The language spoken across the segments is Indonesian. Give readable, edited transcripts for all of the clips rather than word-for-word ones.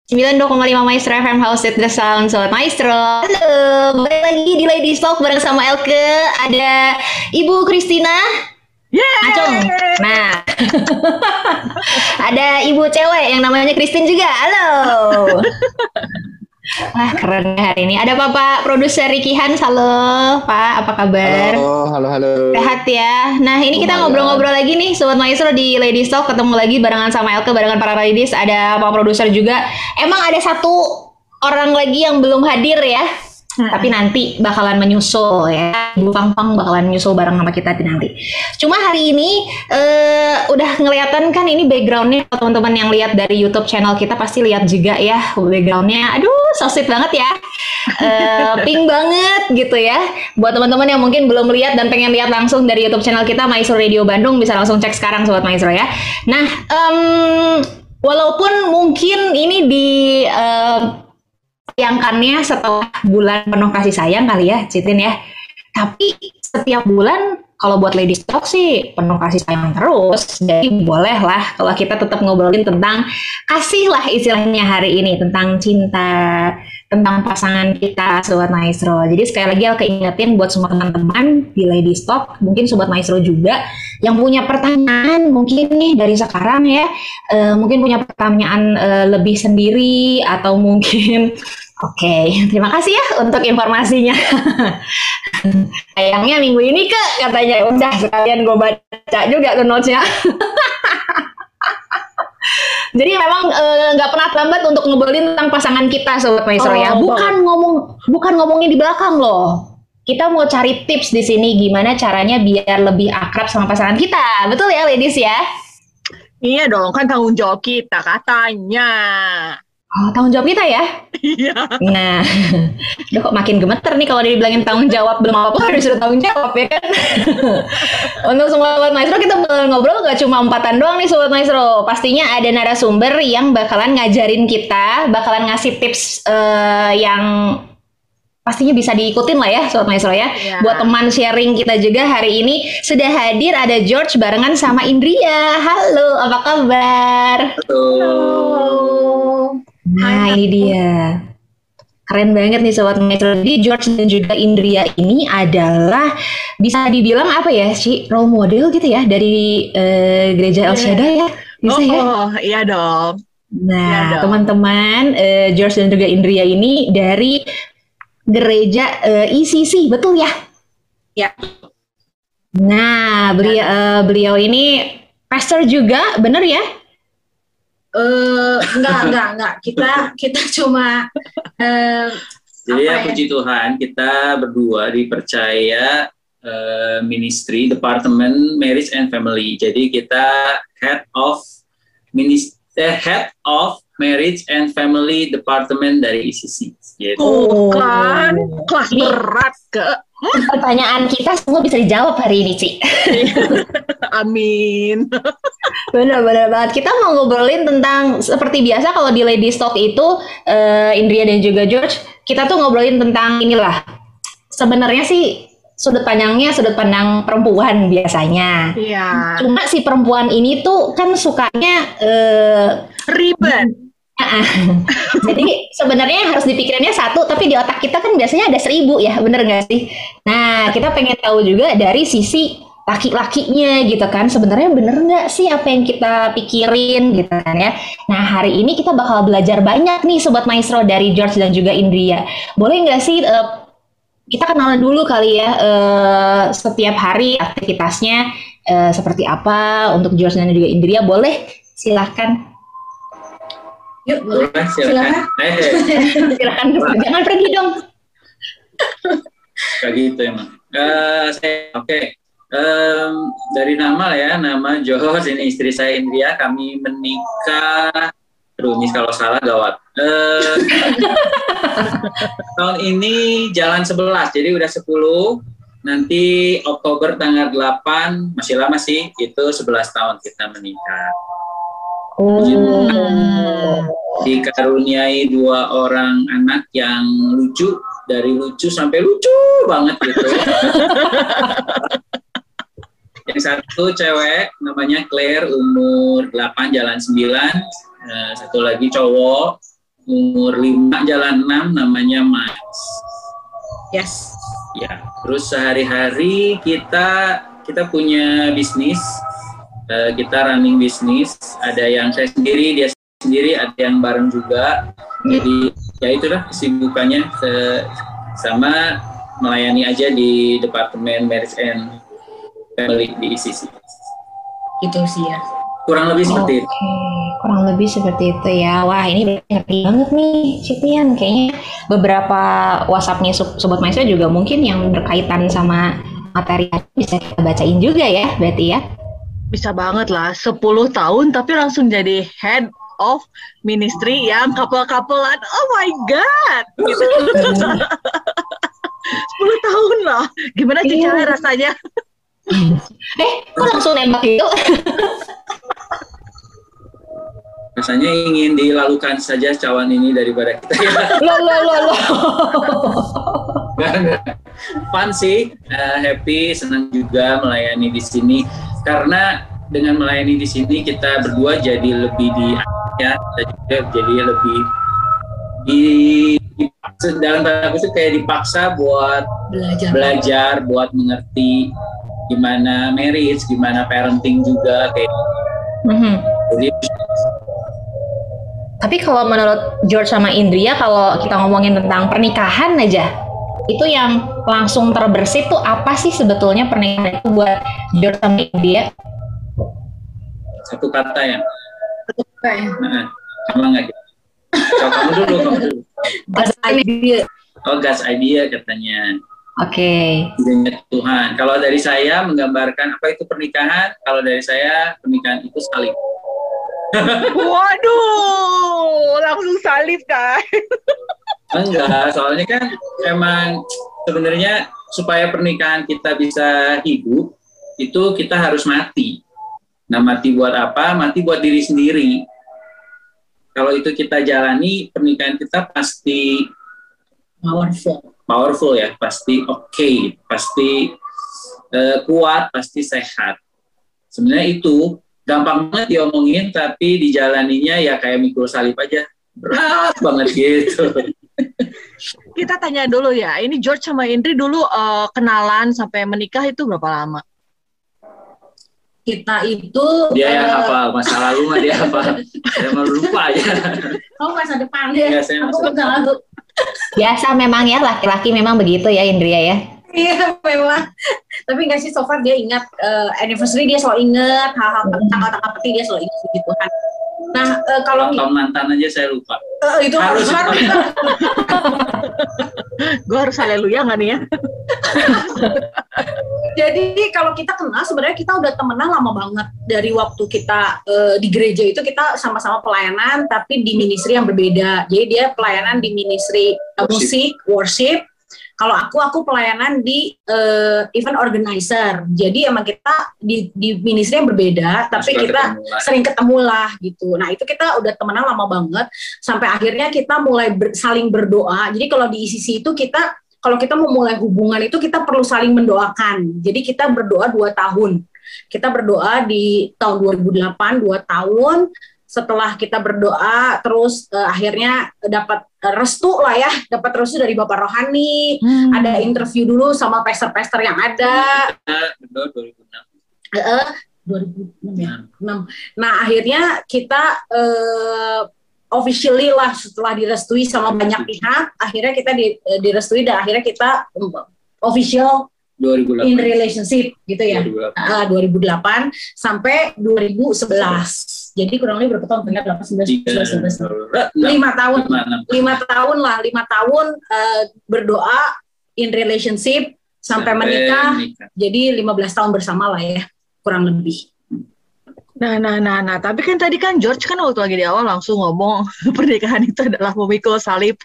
92,5 Maestro FM House at the Sound. Sobat Maestro, halo, balik lagi di Ladies Talk bareng sama Elke. Ada Ibu Christina Acung. Nah, ada ibu cewek yang namanya Christine juga. Halo. Wah, keren hari ini. Ada Bapak produser Ricky Hans. Halo, Pak. Apa kabar? Halo. Sehat ya. Nah, ini kita ngobrol-ngobrol lagi nih, Sobat Maestro di Ladies Talk. Ketemu lagi barengan sama Elke, barengan para ladies. Ada Pak produser juga. Emang ada satu orang lagi yang belum hadir ya. Tapi nanti bakalan menyusul ya. Ibu Pang bakalan menyusul bareng sama kita nanti. Cuma hari ini udah ngeliatan kan ini backgroundnya. Teman-teman yang lihat dari YouTube channel kita pasti lihat juga ya backgroundnya. Aduh, so sweet banget ya. Pink banget gitu ya. Buat teman-teman yang mungkin belum lihat dan pengen lihat langsung dari YouTube channel kita Maestro Radio Bandung, bisa langsung cek sekarang Sobat Maestro ya. Nah, walaupun mungkin ini di sayangkannya setelah bulan penuh kasih sayang kali ya, Citin ya. Tapi setiap bulan kalau buat Ladies Talk sih penuh kasih sayang terus. Jadi boleh lah kalau kita tetap ngobrolin tentang kasih lah istilahnya hari ini, tentang cinta, tentang pasangan kita Sobat Maestro. Jadi sekali lagi aku ingetin buat semua teman-teman di Ladies Talk, mungkin Sobat Maestro juga yang punya pertanyaan mungkin nih dari sekarang ya, mungkin punya pertanyaan lebih sendiri atau mungkin terima kasih ya untuk informasinya. Sayangnya minggu ini katanya udah sekalian gue baca juga tuh notes-nya. Jadi memang nggak pernah terlambat untuk ngobrolin tentang pasangan kita Sobat Maestro ya. Bukan ngomongin di belakang loh. Kita mau cari tips di sini gimana caranya biar lebih akrab sama pasangan kita. Betul ya ladies ya? Iya dong, kan tanggung jawab kita katanya. Oh, tanggung jawab kita ya? Iya. Nah, kok makin gemeter nih kalau dibilangin tanggung jawab, belum apa-apa udah disuruh tanggung jawab ya kan? Untuk semua Sobat Maestro kita bakalan ngobrol gak cuma empatan doang nih Sobat Maestro. Pastinya ada narasumber yang bakalan ngajarin kita, bakalan ngasih tips yang pastinya bisa diikutin lah ya Sobat Maestro ya. Buat teman sharing kita juga hari ini sudah hadir ada George barengan sama Indria. Halo, apa kabar? Halo. Nah, ini dia. Keren banget nih Sobat Maestro. Jadi George dan juga Indria ini adalah bisa dibilang apa ya sih, role model gitu ya dari gereja El Shaddai ya. Bisa ya? Oh, iya dong. Nah, teman-teman, George dan juga Indria ini dari gereja ECC, betul ya? Ya. Nah, beliau ini pastor juga, bener ya? Enggak. Kita cuma jadi ya puji Tuhan kita berdua dipercaya ministry Departemen Marriage and Family. Jadi kita head of Marriage and Family Department dari ECC. Gitu. Kan kelas berat Pertanyaan kita semua bisa dijawab hari ini, Ci. Amin. Bener banget. Kita mau ngobrolin tentang, seperti biasa kalau di Ladies Talk itu, Indria dan juga George, kita tuh ngobrolin tentang inilah. Sebenarnya sih sudut pandang perempuan biasanya. Iya. Cuma si perempuan ini tuh kan sukanya ribet. Jadi sebenarnya harus dipikirinnya satu, tapi di otak kita kan biasanya ada 1000 ya, bener nggak sih? Nah, kita pengen tahu juga dari sisi laki-lakinya gitu kan, sebenarnya bener nggak sih apa yang kita pikirin gitu kan ya. Nah, hari ini kita bakal belajar banyak nih Sobat Maestro dari George dan juga Indria. Boleh nggak sih kita kenalan dulu kali ya, setiap hari aktivitasnya seperti apa untuk George dan juga Indria? Boleh, silahkan. Yuk, silakan. Silakan, jangan pergi dong. Kayak gitu emang. Oke. Dari nama ya, nama George, ini istri saya Indria. Kami menikah. Aduh, ini kalau salah gawat. Tahun ini jalan 11, jadi udah 10. Nanti Oktober tanggal 8, masih lama sih, itu 11 tahun kita menikah. Dikaruniai 2 orang anak yang lucu, dari lucu sampai lucu banget gitu. Yang satu cewek namanya Claire, umur 8 jalan 9. Satu lagi cowok umur 5 jalan 6 namanya Mas. Yes. Ya, terus sehari-hari kita punya bisnis, kita running bisnis, ada yang saya sendiri, dia sendiri, ada yang bareng juga. Jadi ya itulah kesibukannya, sama melayani aja di Departemen Marriage and Family di ICC. Gitu sih ya. Kurang lebih seperti itu. Kurang lebih seperti itu ya. Wah, ini ngerti banget nih, Cipian. Kayaknya beberapa WhatsApp-nya Sobat Maestro juga mungkin yang berkaitan sama materi bisa kita bacain juga ya, berarti ya. Bisa banget lah, 10 tahun tapi langsung jadi head of ministry yang couple-couplean. Oh my God! Gitu. 10 tahun loh. Gimana Cica rasanya? Kok langsung nembak gitu? Rasanya ingin dilalukan saja cawan ini daripada kita ya. Loh. Enggak. Fun sih, happy, senang juga melayani di sini. Karena dengan melayani di sini kita berdua jadi lebih kita juga jadi lebih dalam tanda kutip kayak dipaksa buat belajar, buat mengerti gimana marriage, gimana parenting juga kayak. Jadi, tapi kalau menurut George sama Indria, kalau kita ngomongin tentang pernikahan aja, itu yang langsung terbersit tuh apa sih sebetulnya pernikahan itu buat George sama Indria? satu kata ya. Kayak Sama nggak gitu? Kamu dulu. gas idea. Oh, gas idea katanya. Oke. Idenya Tuhan. Kalau dari saya menggambarkan apa itu pernikahan, kalau dari saya pernikahan itu salib. Waduh, langsung salib kan? Enggak, soalnya kan emang sebenarnya supaya pernikahan kita bisa hidup, itu kita harus mati. Nah, mati buat apa? Mati buat diri sendiri. Kalau itu kita jalani, pernikahan kita pasti powerful ya, pasti oke, pasti kuat, pasti sehat. Sebenarnya itu gampang banget diomongin, tapi dijalaninya ya kayak mikul salib aja, berat banget gitu. Kita tanya dulu ya, ini George sama Indri dulu kenalan sampai menikah itu berapa lama? Kita itu Dia yang hafal masa lalu mah dia hafal, saya mau lupa aja. kamu masa depan ya. Iya, saya Aku masa masa lalu. Biasa memang ya, laki-laki memang begitu ya, Indria ya. Iya memang. Tapi nggak sih, so far dia ingat anniversary, dia selalu ingat hal-hal tanggal-tanggal penting, dia selalu ingat gitu kan. Nah kalau Tahun mantan aja saya lupa. itu harus. Gue harus haleluya nggak nih ya? Jadi kalau kita kenal sebenarnya kita udah temenan lama banget dari waktu kita di gereja itu kita sama-sama pelayanan tapi di ministry yang berbeda. Jadi dia pelayanan di ministry musik, worship. Kalau aku pelayanan di event organizer. Jadi emang kita di ministry yang berbeda, tapi kita sering ketemu lah gitu. Nah itu kita udah temenan lama banget sampai akhirnya kita mulai saling berdoa. Jadi kalau di ICC itu kalau kita mau mulai hubungan itu kita perlu saling mendoakan. Jadi kita berdoa 2 tahun. Kita berdoa di tahun 2008 2 tahun. Setelah kita berdoa terus akhirnya dapat restu lah ya, dapat restu dari Bapak Rohani. Ada interview dulu sama pastor-pastor yang ada. 2006. 2006 ya. 6. Nah akhirnya kita officially lah setelah direstui sama banyak pihak, akhirnya kita direstui dan akhirnya kita official 2008. in relationship gitu ya. 2008 sampai 2011. Jadi kurang lebih berapa tahun? 8, 9, 10, 11, 12. 5 tahun. 5 tahun lah, 5 tahun berdoa in relationship sampai menikah. Jadi 15 tahun bersama lah ya, kurang lebih. Nah, tapi kan tadi kan George kan waktu lagi di awal langsung ngomong pernikahan itu adalah memikul salib.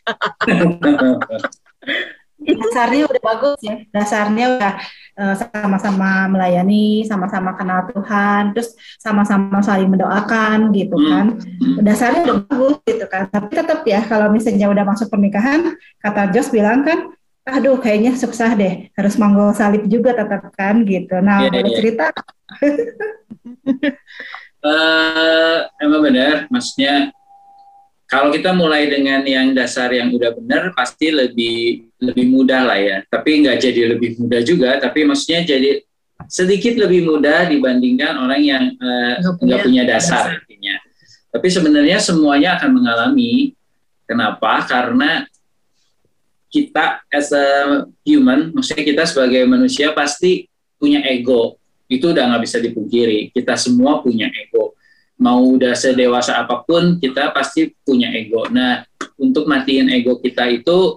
Dasarnya udah bagus ya, dasarnya udah sama-sama melayani, sama-sama kenal Tuhan, terus sama-sama saling mendoakan gitu kan. Dasarnya udah bagus gitu kan, tapi tetap ya kalau misalnya udah masuk pernikahan, kata Jos bilang kan, aduh kayaknya susah deh, harus manggul salib juga tetap kan gitu. Nah, boleh cerita? Emang benar, maksudnya Kalau kita mulai dengan yang dasar yang udah benar, pasti lebih mudah lah ya. Tapi nggak jadi lebih mudah juga, tapi maksudnya jadi sedikit lebih mudah dibandingkan orang yang nggak punya dasar artinya. Tapi sebenarnya semuanya akan mengalami. Kenapa? Karena kita as a human, maksudnya kita sebagai manusia pasti punya ego. Itu udah nggak bisa dipungkiri. Kita semua punya ego. Mau udah sedewasa apapun, kita pasti punya ego. Nah, untuk matiin ego kita itu,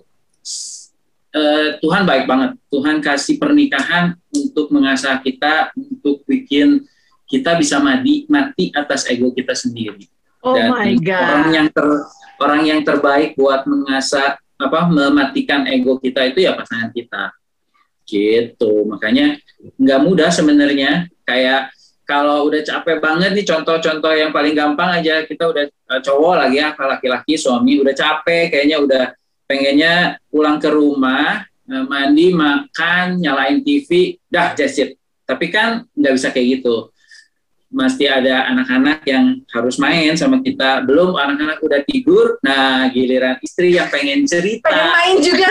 Tuhan baik banget. Tuhan kasih pernikahan untuk mengasah kita, untuk bikin kita bisa mati atas ego kita sendiri. Oh Dan my God. Orang yang terbaik buat mengasah mematikan ego kita itu ya pasangan kita. Gitu. Makanya nggak mudah sebenarnya. Kayak kalau udah capek banget nih, contoh-contoh yang paling gampang aja, kita udah cowok lagi ya, laki-laki suami udah capek, kayaknya udah pengennya pulang ke rumah, mandi, makan, nyalain TV, dah that's it. Tapi kan nggak bisa kayak gitu. Mesti ada anak-anak yang harus main sama kita. Belum anak-anak udah tidur, nah giliran istri yang pengen cerita. Pengen main juga.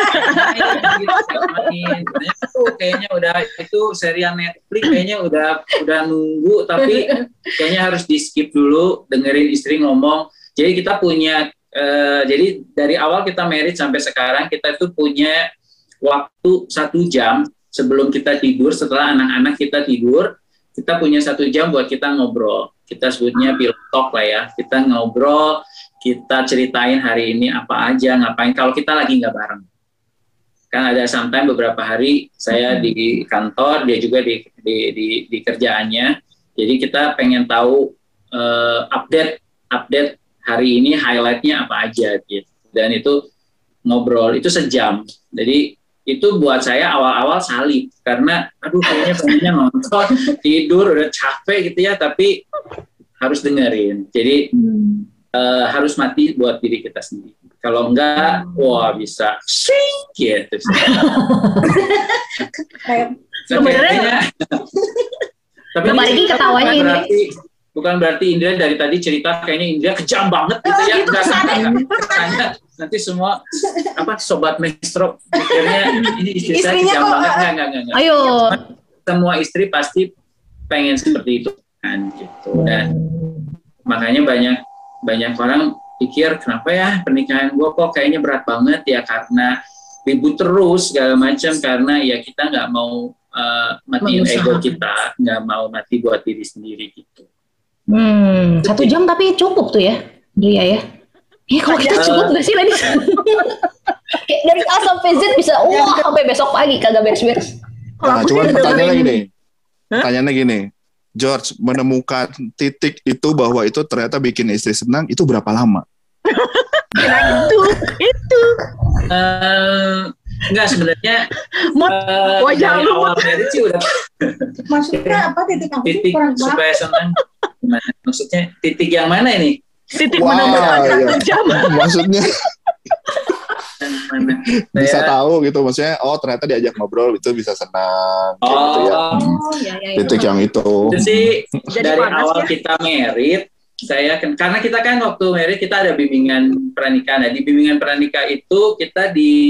Main. Kayaknya udah itu serial Netflix kayaknya udah nunggu, tapi kayaknya harus di skip dulu, dengerin istri ngomong. Jadi kita punya, jadi dari awal kita married sampai sekarang kita tuh punya waktu 1 jam sebelum kita tidur, setelah anak-anak kita tidur. Kita punya 1 jam buat kita ngobrol. Kita sebutnya pillow talk lah ya. Kita ngobrol, kita ceritain hari ini apa aja, ngapain. Kalau kita lagi nggak bareng. Kan ada sometimes beberapa hari saya di kantor, dia juga di kerjaannya. Jadi kita pengen tahu update hari ini, highlightnya apa aja gitu. Dan itu ngobrol, itu sejam. Jadi itu buat saya awal-awal salib karena pengennya nonton, tidur udah capek gitu ya, tapi harus dengerin. Jadi harus mati buat diri kita sendiri. Kalau enggak, wah bisa swing gitu. Sebenarnya tapi ini ketawanya ini. Bukan berarti Indra dari tadi cerita kayaknya Indra kejam banget gitu ya. Enggak, nanti semua sobat maestro mikirnya ini istri saya kejam banget. Enggak. Ayo. Semua istri pasti pengen seperti itu kan gitu. Dan makanya banyak orang pikir kenapa ya pernikahan gue kok kayaknya berat banget ya, karena ribut terus segala macam, karena ya kita nggak mau matiin ego kita, nggak mau mati buat diri sendiri gitu. 1 jam tapi cukup tuh ya, Dria ya. Kalau kita cukup nggak sih ladies? Dari A sampai Z bisa sampai besok pagi kagak beres-beres. Nah, cuman pertanyaannya gini, George, menemukan titik itu bahwa itu ternyata bikin istri senang, itu berapa lama? itu. Enggak, sebenarnya wajah dari awal marriage sih udah. Maksudnya apa titik supaya senang? Gimana? Maksudnya titik yang mana ini? Titik menemukan 1 jam. Maksudnya Mana? bisa tahu gitu, maksudnya ternyata diajak ngobrol itu bisa senang gitu ya. Titik yang itu. Itu sih dari awal ya? kita married, karena kita kan waktu married kita ada bimbingan pernikahan. Nah, di bimbingan pernikahan itu kita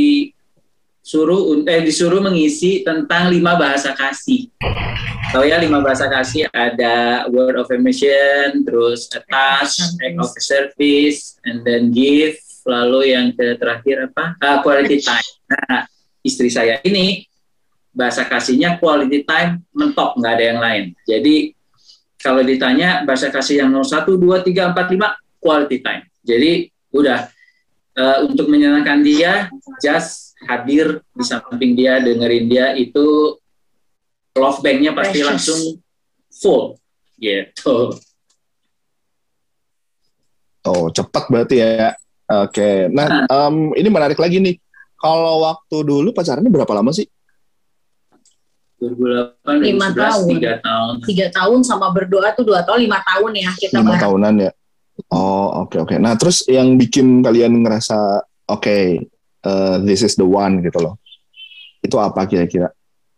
disuruh mengisi tentang 5 bahasa kasih. Tahu ya 5 bahasa kasih, ada word of affirmation, terus touch, act of service, and then give. Lalu yang terakhir quality time. Nah, istri saya ini bahasa kasihnya quality time mentok, nggak ada yang lain. Jadi kalau ditanya bahasa kasih yang 1, 2, 3, 4, 5 quality time. Jadi udah untuk menyenangkan dia, just hadir di samping dia, dengerin dia, itu love bank-nya pasti langsung full gitu. Oh, cepat berarti ya. Oke. Nah, ini menarik lagi nih. Kalau waktu dulu pacarannya berapa lama sih? 2008, 5 tahun. 3 tahun. 3 tahun sama berdoa tuh 2 tahun, 5 tahun ya kita 5 tahunan ya. Oh, oke. Nah, terus yang bikin kalian ngerasa this is the one gitu loh. Itu apa kira-kira?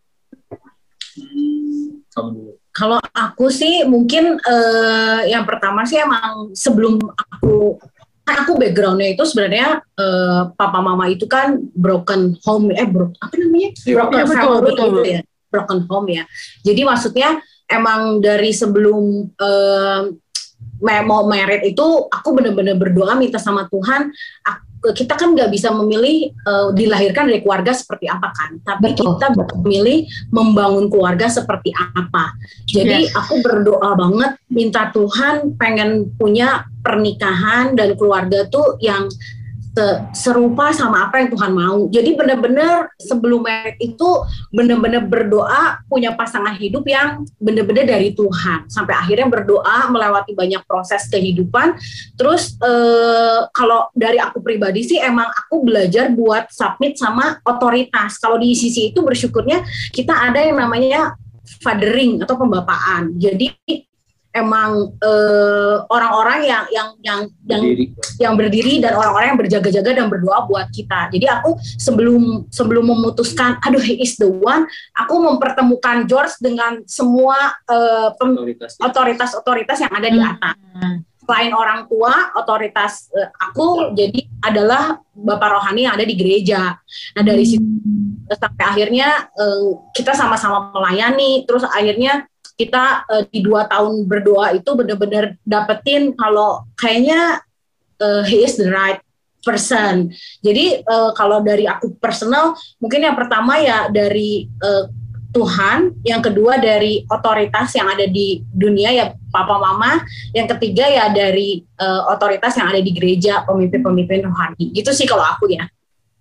Kalau aku sih mungkin yang pertama sih emang sebelum aku kan aku backgroundnya itu sebenarnya papa mama itu kan broken home, apa namanya? Broken family gitu ya, broken home ya. Jadi maksudnya emang dari sebelum mau married itu aku benar-benar berdoa minta sama Tuhan. Kita kan nggak bisa memilih dilahirkan dari keluarga seperti apa kan, tapi kita memilih membangun keluarga seperti apa. Jadi aku berdoa banget minta Tuhan pengen punya pernikahan dan keluarga tuh yang serupa sama apa yang Tuhan mau. Jadi benar-benar sebelum married itu benar-benar berdoa punya pasangan hidup yang benar-benar dari Tuhan. Sampai akhirnya berdoa melewati banyak proses kehidupan. Terus kalau dari aku pribadi sih emang aku belajar buat submit sama otoritas. Kalau di sisi itu bersyukurnya kita ada yang namanya fathering atau pembapaan. Jadi emang orang-orang yang berdiri dan orang-orang yang berjaga-jaga dan berdoa buat kita. Jadi aku sebelum memutuskan, aduh he is the one, aku mempertemukan George dengan semua otoritas yang ada di atas. Selain orang tua, otoritas aku jadi adalah Bapak Rohani yang ada di gereja. Nah dari situ sampai akhirnya kita sama-sama melayani, terus akhirnya kita di 2 tahun berdoa itu benar-benar dapetin kalau kayaknya he is the right person. Jadi kalau dari aku personal, mungkin yang pertama ya dari Tuhan, yang kedua dari otoritas yang ada di dunia ya papa mama, yang ketiga ya dari otoritas yang ada di gereja, pemimpin-pemimpin rohani. Gitu sih kalau aku ya.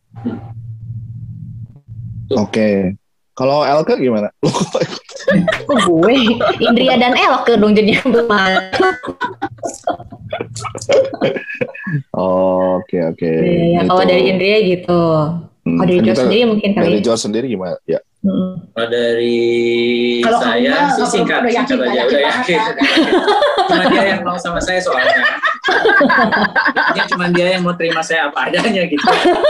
Oke. Kalau Elke gimana? Gue Indria dan Elke dong jadinya. Oke. Ya, kalau dari Indria gitu. Kalau dari George sendiri mungkin kali. Dari George sendiri gimana? Ya. Kalau dari saya sih singkat aja, udah yakin. Cuma dia yang mau sama saya soalnya. Cuma dia yang mau terima saya apa adanya gitu.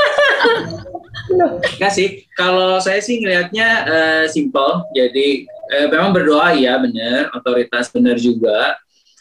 Enggak sih, kalau saya sih ngelihatnya simple. Jadi memang berdoa ya benar, otoritas benar juga.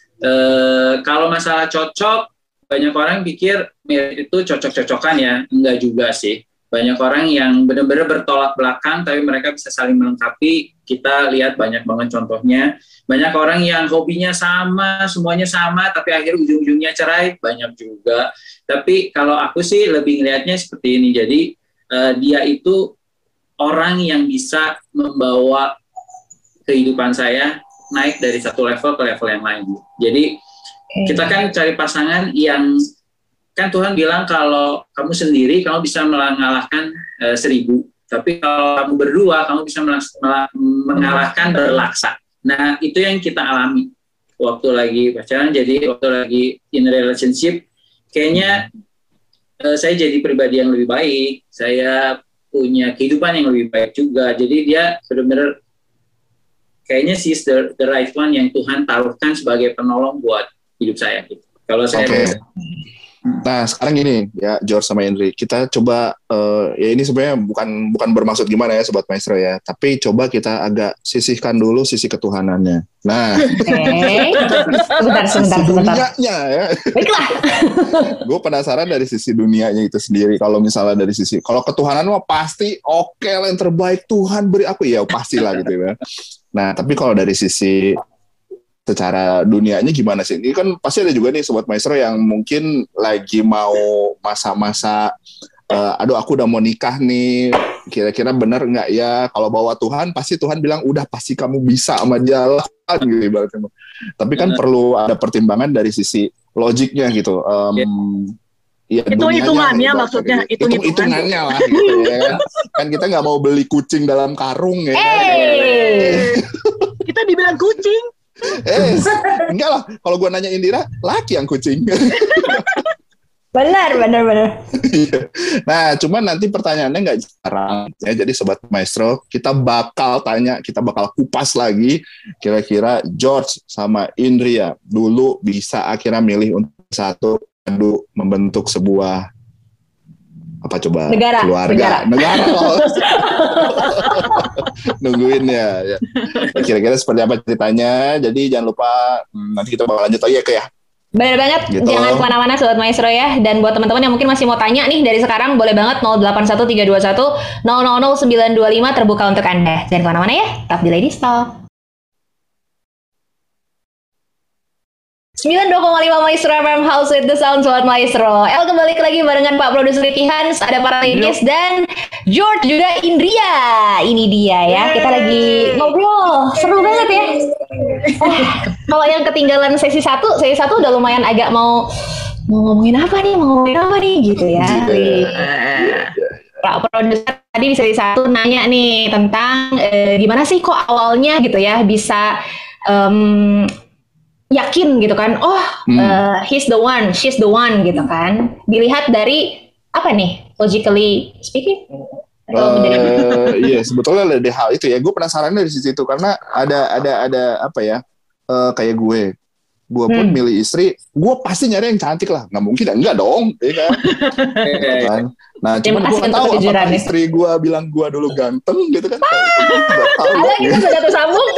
Kalau masalah cocok, banyak orang pikir itu cocok-cocokan ya, enggak juga sih. Banyak orang yang benar-benar bertolak belakang, tapi mereka bisa saling melengkapi. Kita lihat banyak banget contohnya. Banyak orang yang hobinya sama, semuanya sama, tapi akhir ujung-ujungnya cerai, banyak juga. Tapi kalau aku sih lebih ngelihatnya seperti ini. Jadi dia itu orang yang bisa membawa kehidupan saya naik dari satu level ke level yang lain. Jadi kita kan cari pasangan yang kan Tuhan bilang kalau kamu sendiri kamu bisa mengalahkan 1000, tapi kalau kamu berdua kamu bisa mengalahkan berlaksa. Nah itu yang kita alami waktu lagi pacaran. Jadi waktu lagi in relationship kayaknya saya jadi pribadi yang lebih baik, saya punya kehidupan yang lebih baik juga. Jadi dia benar-benar kayaknya she's the right one yang Tuhan taruhkan sebagai penolong buat hidup saya. Gitu. Kalau saya Nah sekarang gini ya George sama Indri, kita coba ya ini sebenarnya bukan bermaksud gimana ya Sobat Maestro ya, tapi coba kita agak sisihkan dulu sisi ketuhanannya. Nah, sebentar. Dunianya ya. Baiklah. Gue penasaran dari sisi dunianya itu sendiri. Kalau misalnya dari sisi, kalau ketuhanan mah pasti oke lah yang terbaik Tuhan beri aku ya pastilah gitu ya. Nah tapi kalau dari sisi secara dunianya gimana sih? Ini kan pasti ada juga nih Sobat Maestro yang mungkin lagi mau masa-masa aduh aku udah mau nikah nih, kira-kira benar nggak ya? Kalau bawa Tuhan pasti Tuhan bilang udah pasti kamu bisa sama jalan gitu ibaratnya. Tapi kan perlu ada pertimbangan dari sisi logiknya gitu. Ya, hitung-hitungannya maksudnya hitung-hitungannya lah gitu ya. Kan kita nggak mau beli kucing dalam karung ya. Kita dibilang kucing. Enggak lah, kalau gue nanya Indira, laki yang kucing. Benar. Nah, cuman nanti pertanyaannya nggak jarang ya. Jadi Sobat Maestro, kita bakal kupas lagi kira-kira George sama Indria dulu bisa akhirnya milih untuk satu membentuk sebuah apa coba keluarga negara nungguin ya. Kira-kira seperti apa ceritanya. Jadi jangan lupa nanti kita bakal lanjut lagi ya. Benar banget, Gitu. jangan kemana-mana Sobat Maestro ya. Dan buat teman-teman yang mungkin masih mau tanya nih dari sekarang, boleh banget 081321000925 terbuka untuk Anda. Jangan kemana-mana ya, tetap di Ladies Talk. 92,5 Maestro FM House with the Sound, Sobat Maestro. El kembali lagi barengan Pak Produser Ricky Hans, ada para ladies dan George juga Indria. Ini dia ya, kita lagi ngobrol, seru banget ya. Kalau yang ketinggalan sesi 1 udah lumayan agak mau ngomongin apa nih gitu ya. Pak Produser tadi di sesi 1 nanya nih tentang gimana sih kok awalnya gitu ya bisa yakin gitu kan, he's the one, she's the one gitu kan. Dilihat dari apa nih, logically speaking? Iya, sebetulnya ada hal itu ya. Gue penasaran dari sisi itu karena ada apa ya? Kayak gue pun milih istri, gue pasti nyari yang cantik lah. Nggak mungkin enggak dong, ya kan? Kan? Nah, cuman gue nggak tahu apakah istri gue bilang gue dulu ganteng gitu kan? Ada kita sudah tersambung.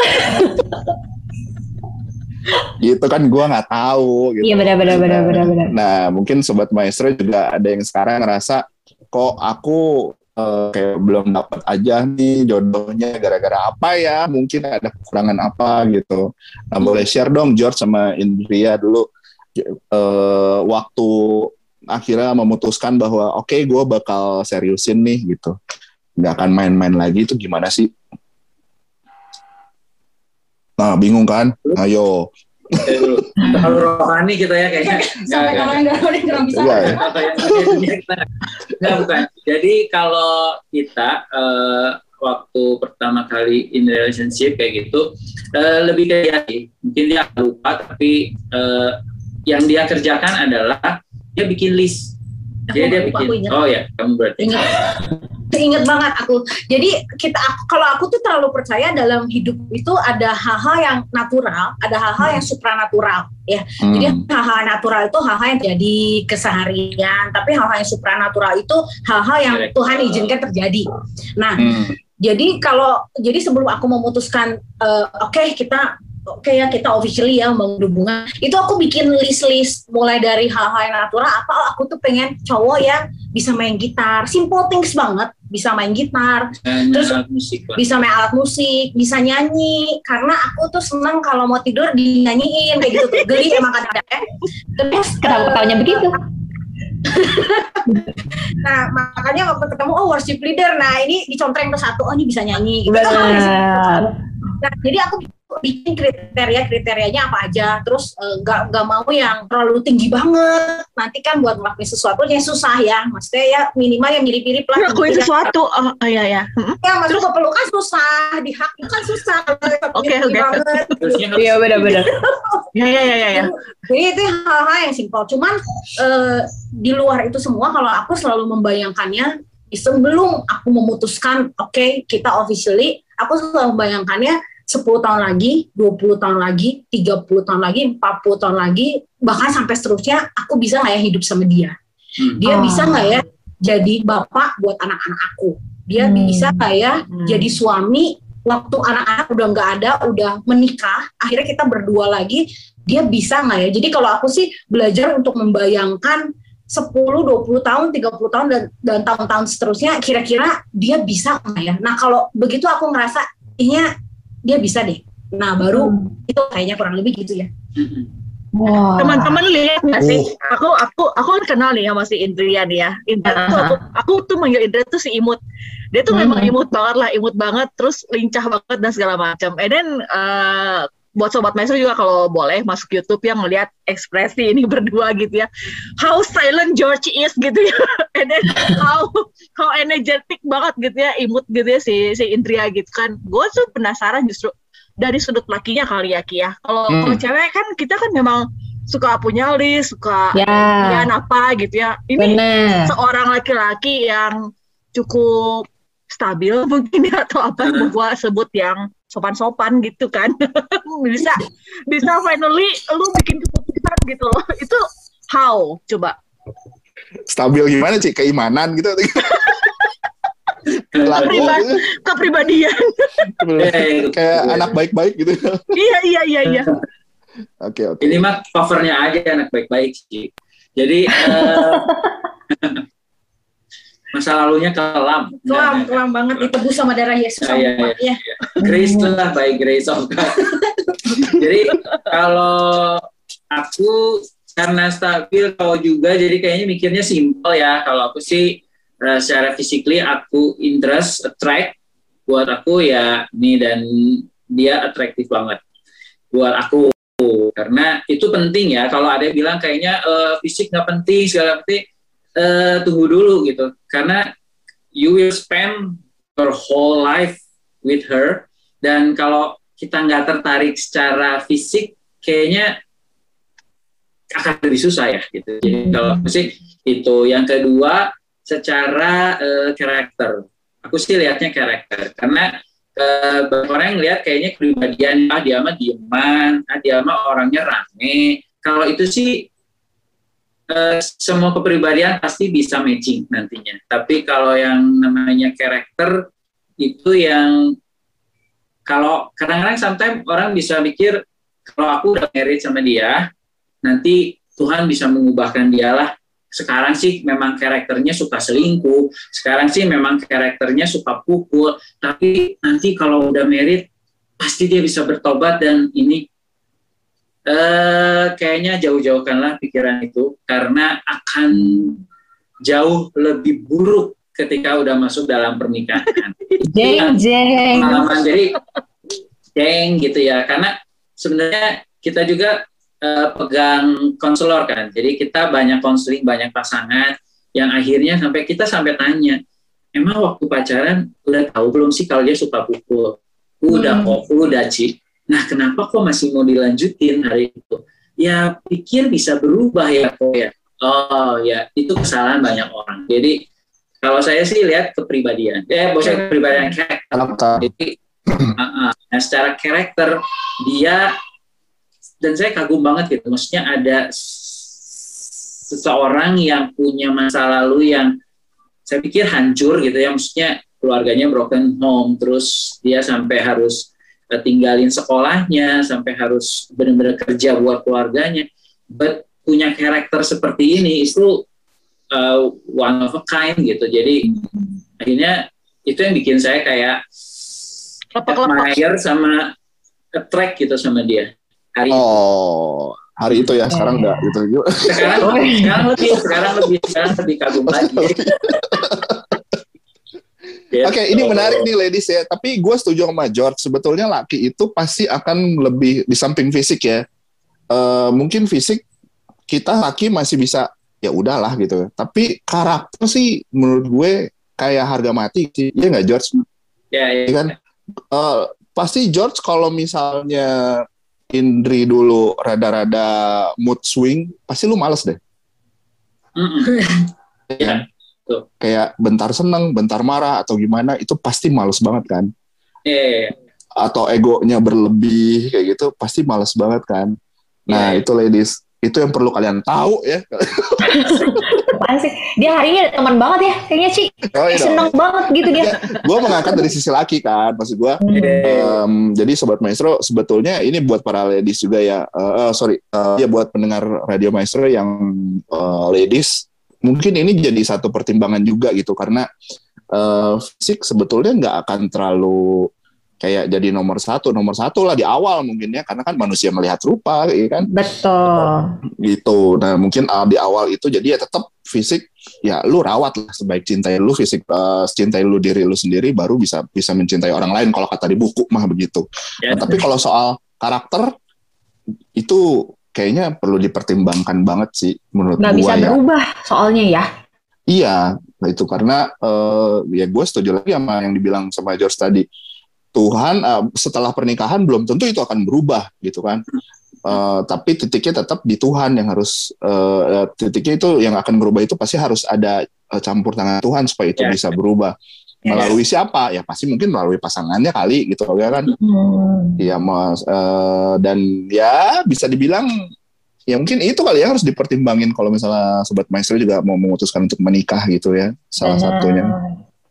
Gitu kan, gue nggak tahu gitu. Iya benar. Nah mungkin Sobat Maestro juga ada yang sekarang ngerasa kok aku kayak belum dapat aja nih jodohnya, gara-gara apa ya, mungkin ada kekurangan apa gitu. Nah boleh share dong George sama Indria dulu waktu akhirnya memutuskan bahwa oke, gue bakal seriusin nih gitu, nggak akan main-main lagi, itu gimana sih? Nah, bingung kan? Ayo. Terlalu rohani kita ya kayaknya. Sampai kalau yang nggak bisa. Nggak, bukan. Jadi kalau kita waktu pertama kali in relationship kayak gitu, lebih kayak mungkin dia lupa, tapi yang dia kerjakan adalah dia bikin list. Jadi dia bikin. Oh ya, kamu berarti. Ingat banget aku. Jadi kalau aku tuh terlalu percaya dalam hidup itu ada hal-hal yang natural, ada hal-hal yang supranatural ya. Jadi hal-hal natural itu hal-hal yang jadi keseharian, tapi hal-hal yang supranatural itu hal-hal yang Tuhan izinkan terjadi. Nah, jadi sebelum aku memutuskan kita officially ya membangun hubungan, itu aku bikin list mulai dari hal-hal yang natural. Aku tuh pengen cowok yang bisa main gitar, simple things banget, bisa main gitar, terus bisa main alat musik, bisa nyanyi, karena aku tuh seneng kalau mau tidur dinyanyiin kayak gitu tuh. Geli emang kadang-kadang. Terus kenapa ketawanya begitu? Nah makanya waktu ketemu worship leader, nah ini dicontreng ke satu, ini bisa nyanyi gitu. Nah jadi aku bikin kriterianya apa aja, terus nggak mau yang terlalu tinggi banget, nanti kan buat ngelakuin sesuatu yang susah ya, maksudnya ya minimal yang mirip-mirip lah. Ngelakuin sesuatu, ya masuk ke pelukan susah, di hak kan susah. Oke. Iya benar. Ya. Jadi itu hal-hal yang simpel, cuman di luar itu semua kalau aku selalu membayangkannya sebelum aku memutuskan kita officially, aku selalu membayangkannya 10 tahun lagi, 20 tahun lagi, 30 tahun lagi, 40 tahun lagi, bahkan sampai seterusnya, aku bisa nggak ya hidup sama dia? Dia bisa nggak ya jadi bapak buat anak-anak aku? Dia bisa nggak ya jadi suami waktu anak-anak udah nggak ada, udah menikah, akhirnya kita berdua lagi, dia bisa nggak ya? Jadi kalau aku sih belajar untuk membayangkan 10, 20 tahun, 30 tahun, dan tahun-tahun seterusnya, kira-kira dia bisa nggak ya? Nah kalau begitu aku ngerasa, dia bisa deh. Nah baru itu kayaknya kurang lebih gitu ya. Wow. Teman-teman lihat nggak sih? Aku kenal nih sama si Indria nih ya. Aku tuh manggil Indria tuh si imut. Dia tuh memang imut banget, terus lincah banget dan segala macam. And then buat Sobat Maestro juga kalau boleh masuk YouTube yang ngelihat ekspresi ini berdua gitu ya. How silent George is gitu ya. And then how energetic banget gitu ya, imut gitu ya si Indria gitu kan. Gue tuh penasaran justru dari sudut lakinya kali ya Ki ya. Kalau cewek kan kita kan memang suka punya list, suka apa gitu ya. Ini seorang laki-laki yang cukup stabil mungkin ya, atau apa yang gua sebut yang sopan-sopan gitu kan. bisa finally lu bikin keputusan gitu loh. Itu how coba stabil gimana sih, keimanan gitu? Kepribadian kayak anak baik-baik gitu. Iya. Oke. Ini mah covernya aja anak baik-baik sih. Jadi masa lalunya kelam. Kelam banget ditebus sama darah Yesus. Ya. Grace lah, by grace of God. Jadi kalau aku karena stabil kau juga, jadi kayaknya mikirnya simple ya. Kalau aku sih secara physically aku interest, attract. Buat aku ya ini, dan dia atraktif banget buat aku. Karena itu penting ya. Kalau ada yang bilang kayaknya fisik nggak penting, segala penting. Tunggu dulu gitu, karena you will spend your whole life with her, dan kalau kita nggak tertarik secara fisik kayaknya akan lebih susah ya gitu. Jadi kalau sih itu. Yang kedua secara karakter, aku sih lihatnya karakter, karena banyak orang yang lihat kayaknya kepribadian, dia mah dieman, dia mah orangnya rame. Kalau itu sih semua kepribadian pasti bisa matching nantinya. Tapi kalau yang namanya karakter itu yang kalau kadang-kadang sometimes orang bisa mikir kalau aku udah married sama dia, nanti Tuhan bisa mengubahkan dia lah. Sekarang sih memang karakternya suka selingkuh, sekarang sih memang karakternya suka pukul, tapi nanti kalau udah married pasti dia bisa bertobat, dan ini kayaknya jauh-jauhkanlah pikiran itu, karena akan jauh lebih buruk ketika udah masuk dalam pernikahan. Jeng. Pengalaman jadi jeng gitu ya, karena sebenarnya kita juga pegang konselor kan, jadi kita banyak konseling, banyak pasangan yang akhirnya sampai tanya, emang waktu pacaran udah tahu belum sih kalau dia suka pukul? Udah Ci. Nah, kenapa kok masih mau dilanjutin hari itu? Ya, pikir bisa berubah ya kok ya. Oh ya, itu kesalahan banyak orang. Jadi, kalau saya sih lihat kepribadian. Maksudnya kepribadian karakter. Jadi, nah, secara karakter, dia, dan saya kagum banget gitu. Maksudnya ada seseorang yang punya masa lalu yang saya pikir hancur gitu ya. Maksudnya keluarganya broken home, terus dia sampai harus tinggalin sekolahnya, sampai harus benar-benar kerja buat keluarganya. But punya karakter seperti ini itu one of a kind gitu. Jadi akhirnya itu yang bikin saya kayak admire sama attract gitu sama dia. Hari itu ya, sekarang enggak gitu. Sekarang lebih kagum lagi. Oke, ini menarik nih ladies ya. Tapi gue setuju sama George. Sebetulnya laki itu pasti akan lebih di samping fisik ya. Mungkin fisik kita laki masih bisa ya udahlah gitu. Tapi karakter sih menurut gue kayak harga mati sih. Iya nggak George? Ya kan. Pasti George kalau misalnya Indri dulu rada-rada mood swing, pasti lu males deh. Ya. Kayak bentar seneng, bentar marah atau gimana, itu pasti males banget kan. Atau egonya berlebih kayak gitu, pasti males banget kan. Nah itu ladies, itu yang perlu kalian tahu ya. Apaan sih? Dia hari ini teman banget ya, kayaknya Ci. Seneng banget gitu dia. Gue mengangkat dari sisi laki kan, maksud gue. Jadi Sobat Maestro, sebetulnya ini buat para ladies juga ya. Ya buat pendengar Radio Maestro yang ladies, mungkin ini jadi satu pertimbangan juga gitu, karena fisik sebetulnya nggak akan terlalu kayak jadi nomor satu lah di awal mungkin ya, karena kan manusia melihat rupa ya kan. Betul. Gitu. Nah mungkin di awal itu jadi ya tetap fisik ya lu rawat lah, sebaik cintai lu fisik, cintai lu diri lu sendiri baru bisa mencintai orang lain, kalau kata di buku mah begitu. Nah, tapi kalau soal karakter itu kayaknya perlu dipertimbangkan banget sih menurut gue. Nggak bisa berubah soalnya ya. Iya, itu karena ya gue setuju lagi sama yang dibilang sama George tadi. Tuhan setelah pernikahan belum tentu itu akan berubah gitu kan. Tapi titiknya tetap di Tuhan yang harus titiknya itu yang akan berubah, itu pasti harus ada campur tangan Tuhan supaya itu bisa berubah. Melalui siapa? Ya pasti mungkin melalui pasangannya kali gitu ya kan. Iya Mas, dan ya bisa dibilang ya mungkin itu kali ya harus dipertimbangin kalau misalnya Sobat Maestro juga mau memutuskan untuk menikah gitu ya, salah satunya.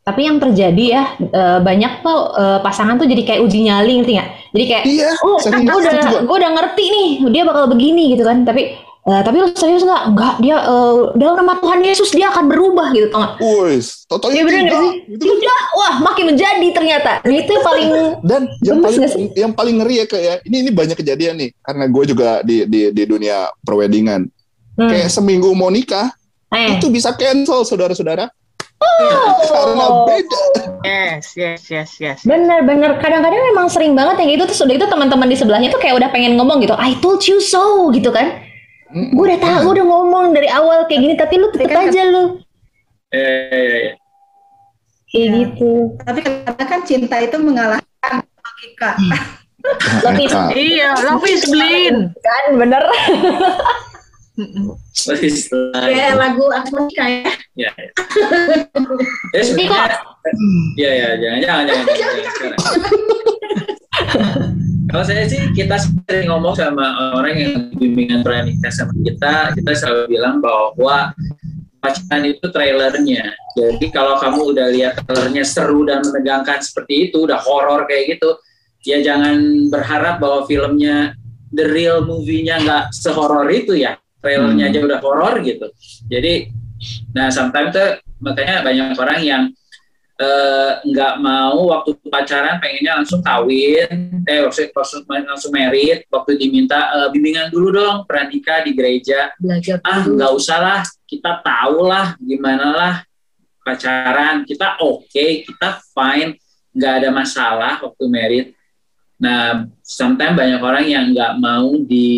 Tapi yang terjadi ya banyak tuh pasangan tuh jadi kayak uji nyali, ngerti nggak? Jadi kayak, gue udah ngerti nih dia bakal begini gitu kan. Tapi lu serius nggak? Enggak, dia dalam nama Tuhan Yesus dia akan berubah gitu, tau nggak? Wih, ya bener nggak sih? Tidak, wah makin menjadi ternyata. Nah, itu yang paling dan yang paling ngeri ya kayak ini banyak kejadian nih karena gue juga di dunia perweddingan. Kayak seminggu mau nikah itu bisa cancel saudara-saudara. Karena beda. Yes. Bener. Kadang-kadang memang sering banget yang gitu. Terus udah itu teman-teman di sebelahnya tuh kayak udah pengen ngomong gitu. I told you so gitu kan. Gue udah tahu, gue udah ngomong dari awal kayak gini. Tapi lu tetep aja lu. Kayak gitu. Tapi kadang kan cinta itu mengalahkan logika. Love is blind. Kan bener. Kayak lagu aku nikah ya. Jangan. Kalau saya sih kita sering ngomong sama orang yang bimbingan pranikah sama kita selalu bilang bahwa pacaran itu trailernya. Jadi kalau kamu udah lihat trailernya seru dan menegangkan seperti itu, udah horor kayak gitu, ya jangan berharap bahwa filmnya the real movie-nya nggak sehoror itu ya. Trailernya aja udah horor gitu. Jadi, sometimes tuh makanya banyak orang yang nggak mau waktu pacaran pengennya langsung kawin, langsung married. Waktu diminta bimbingan dulu dong pranikah di gereja. Belajar nggak usah lah, kita tahu lah gimana lah pacaran. Kita oke, kita fine, nggak ada masalah waktu married. Nah, sometimes banyak orang yang nggak mau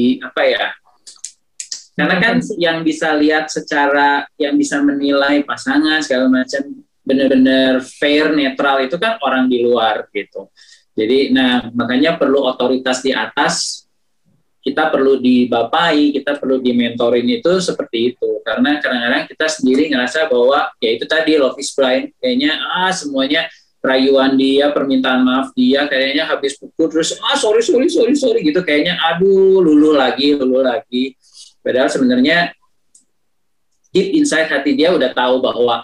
karena kan yang bisa lihat secara, yang bisa menilai pasangan segala macam benar-benar fair, netral itu kan orang di luar gitu. Jadi, makanya perlu otoritas di atas, kita perlu dibapai, kita perlu dimentorin itu seperti itu. Karena kadang-kadang kita sendiri ngerasa bahwa ya itu tadi love is blind, kayaknya semuanya rayuan dia, permintaan maaf dia, kayaknya habis pukul terus sorry gitu, kayaknya aduh lulu lagi. Padahal sebenarnya deep inside hati dia udah tahu bahwa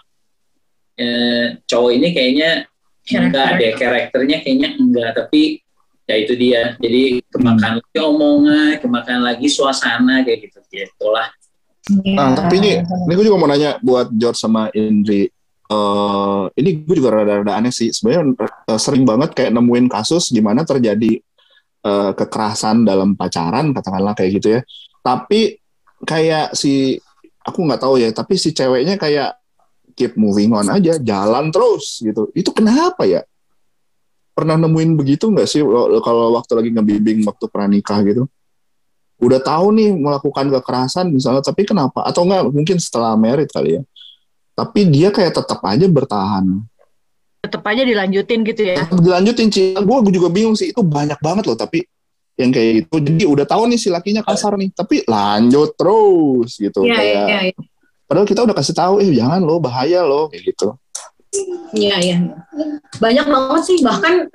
cowok ini kayaknya enggak deh, karakternya kayaknya enggak, tapi ya itu dia. Jadi kemakan lagi omongan, kemakan lagi suasana kayak gitulah. Tapi ini gue juga mau nanya buat George sama Indri. Ini gue juga rada-rada aneh sih. Sebenarnya sering banget kayak nemuin kasus di mana terjadi kekerasan dalam pacaran, katakanlah kayak gitu ya. Tapi kayak aku nggak tahu ya, tapi si ceweknya kayak keep moving on aja, jalan terus gitu. Itu kenapa ya? Pernah nemuin begitu nggak sih kalau waktu lagi ngebimbing waktu pranikah gitu? Udah tahu nih melakukan kekerasan misalnya, tapi kenapa? Atau nggak mungkin setelah married kali ya? Tapi dia kayak tetap aja bertahan. Tetap aja dilanjutin gitu ya? Dilanjutin, gue juga bingung sih. Itu banyak banget loh, tapi yang kayak gitu. Jadi udah tahu nih si lakinya kasar nih, tapi lanjut terus gitu. Kayak padahal kita udah kasih tahu, jangan lo, bahaya lo, kayak gitu. Iya. Banyak banget sih, bahkan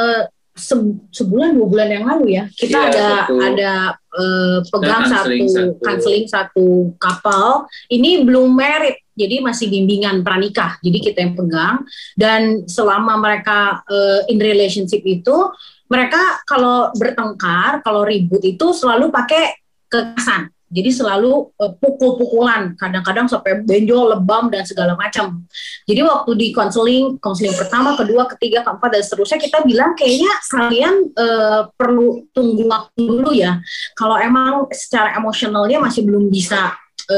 sebulan 2 bulan yang lalu ya, kita ada pegang counseling satu couple, ini belum married, jadi masih bimbingan pranikah, jadi kita yang pegang, dan selama mereka in relationship itu, mereka kalau bertengkar, kalau ribut itu selalu pakai kekerasan. Jadi selalu pukul-pukulan, kadang-kadang sampai benjol, lebam, dan segala macam. Jadi waktu di konseling pertama, kedua, ketiga, keempat, dan seterusnya, kita bilang kayaknya kalian perlu tunggu waktu dulu ya. Kalau emang secara emosionalnya masih belum bisa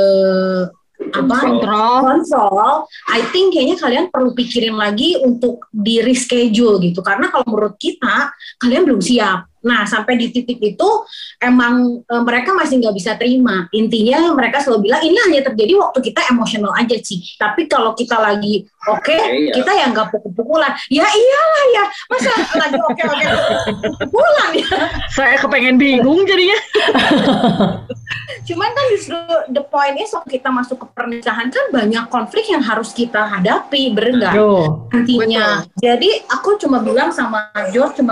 kontrol, I think kayaknya kalian perlu pikirin lagi untuk di reschedule gitu, karena kalau menurut kita kalian belum siap. Nah, sampai di titik itu emang mereka masih nggak bisa terima. Intinya mereka selalu bilang ini hanya terjadi waktu kita emosional aja sih. Tapi kalau kita lagi kita yang nggak pukul-pukulan. Ya iyalah ya, masa lagi oke pukulan ya. Saya kepengen bingung jadinya. Cuman kan justru the point is waktu kita masuk ke pernikahan kan banyak konflik yang harus kita hadapi, berenggak nantinya. Jadi aku cuma bilang sama George,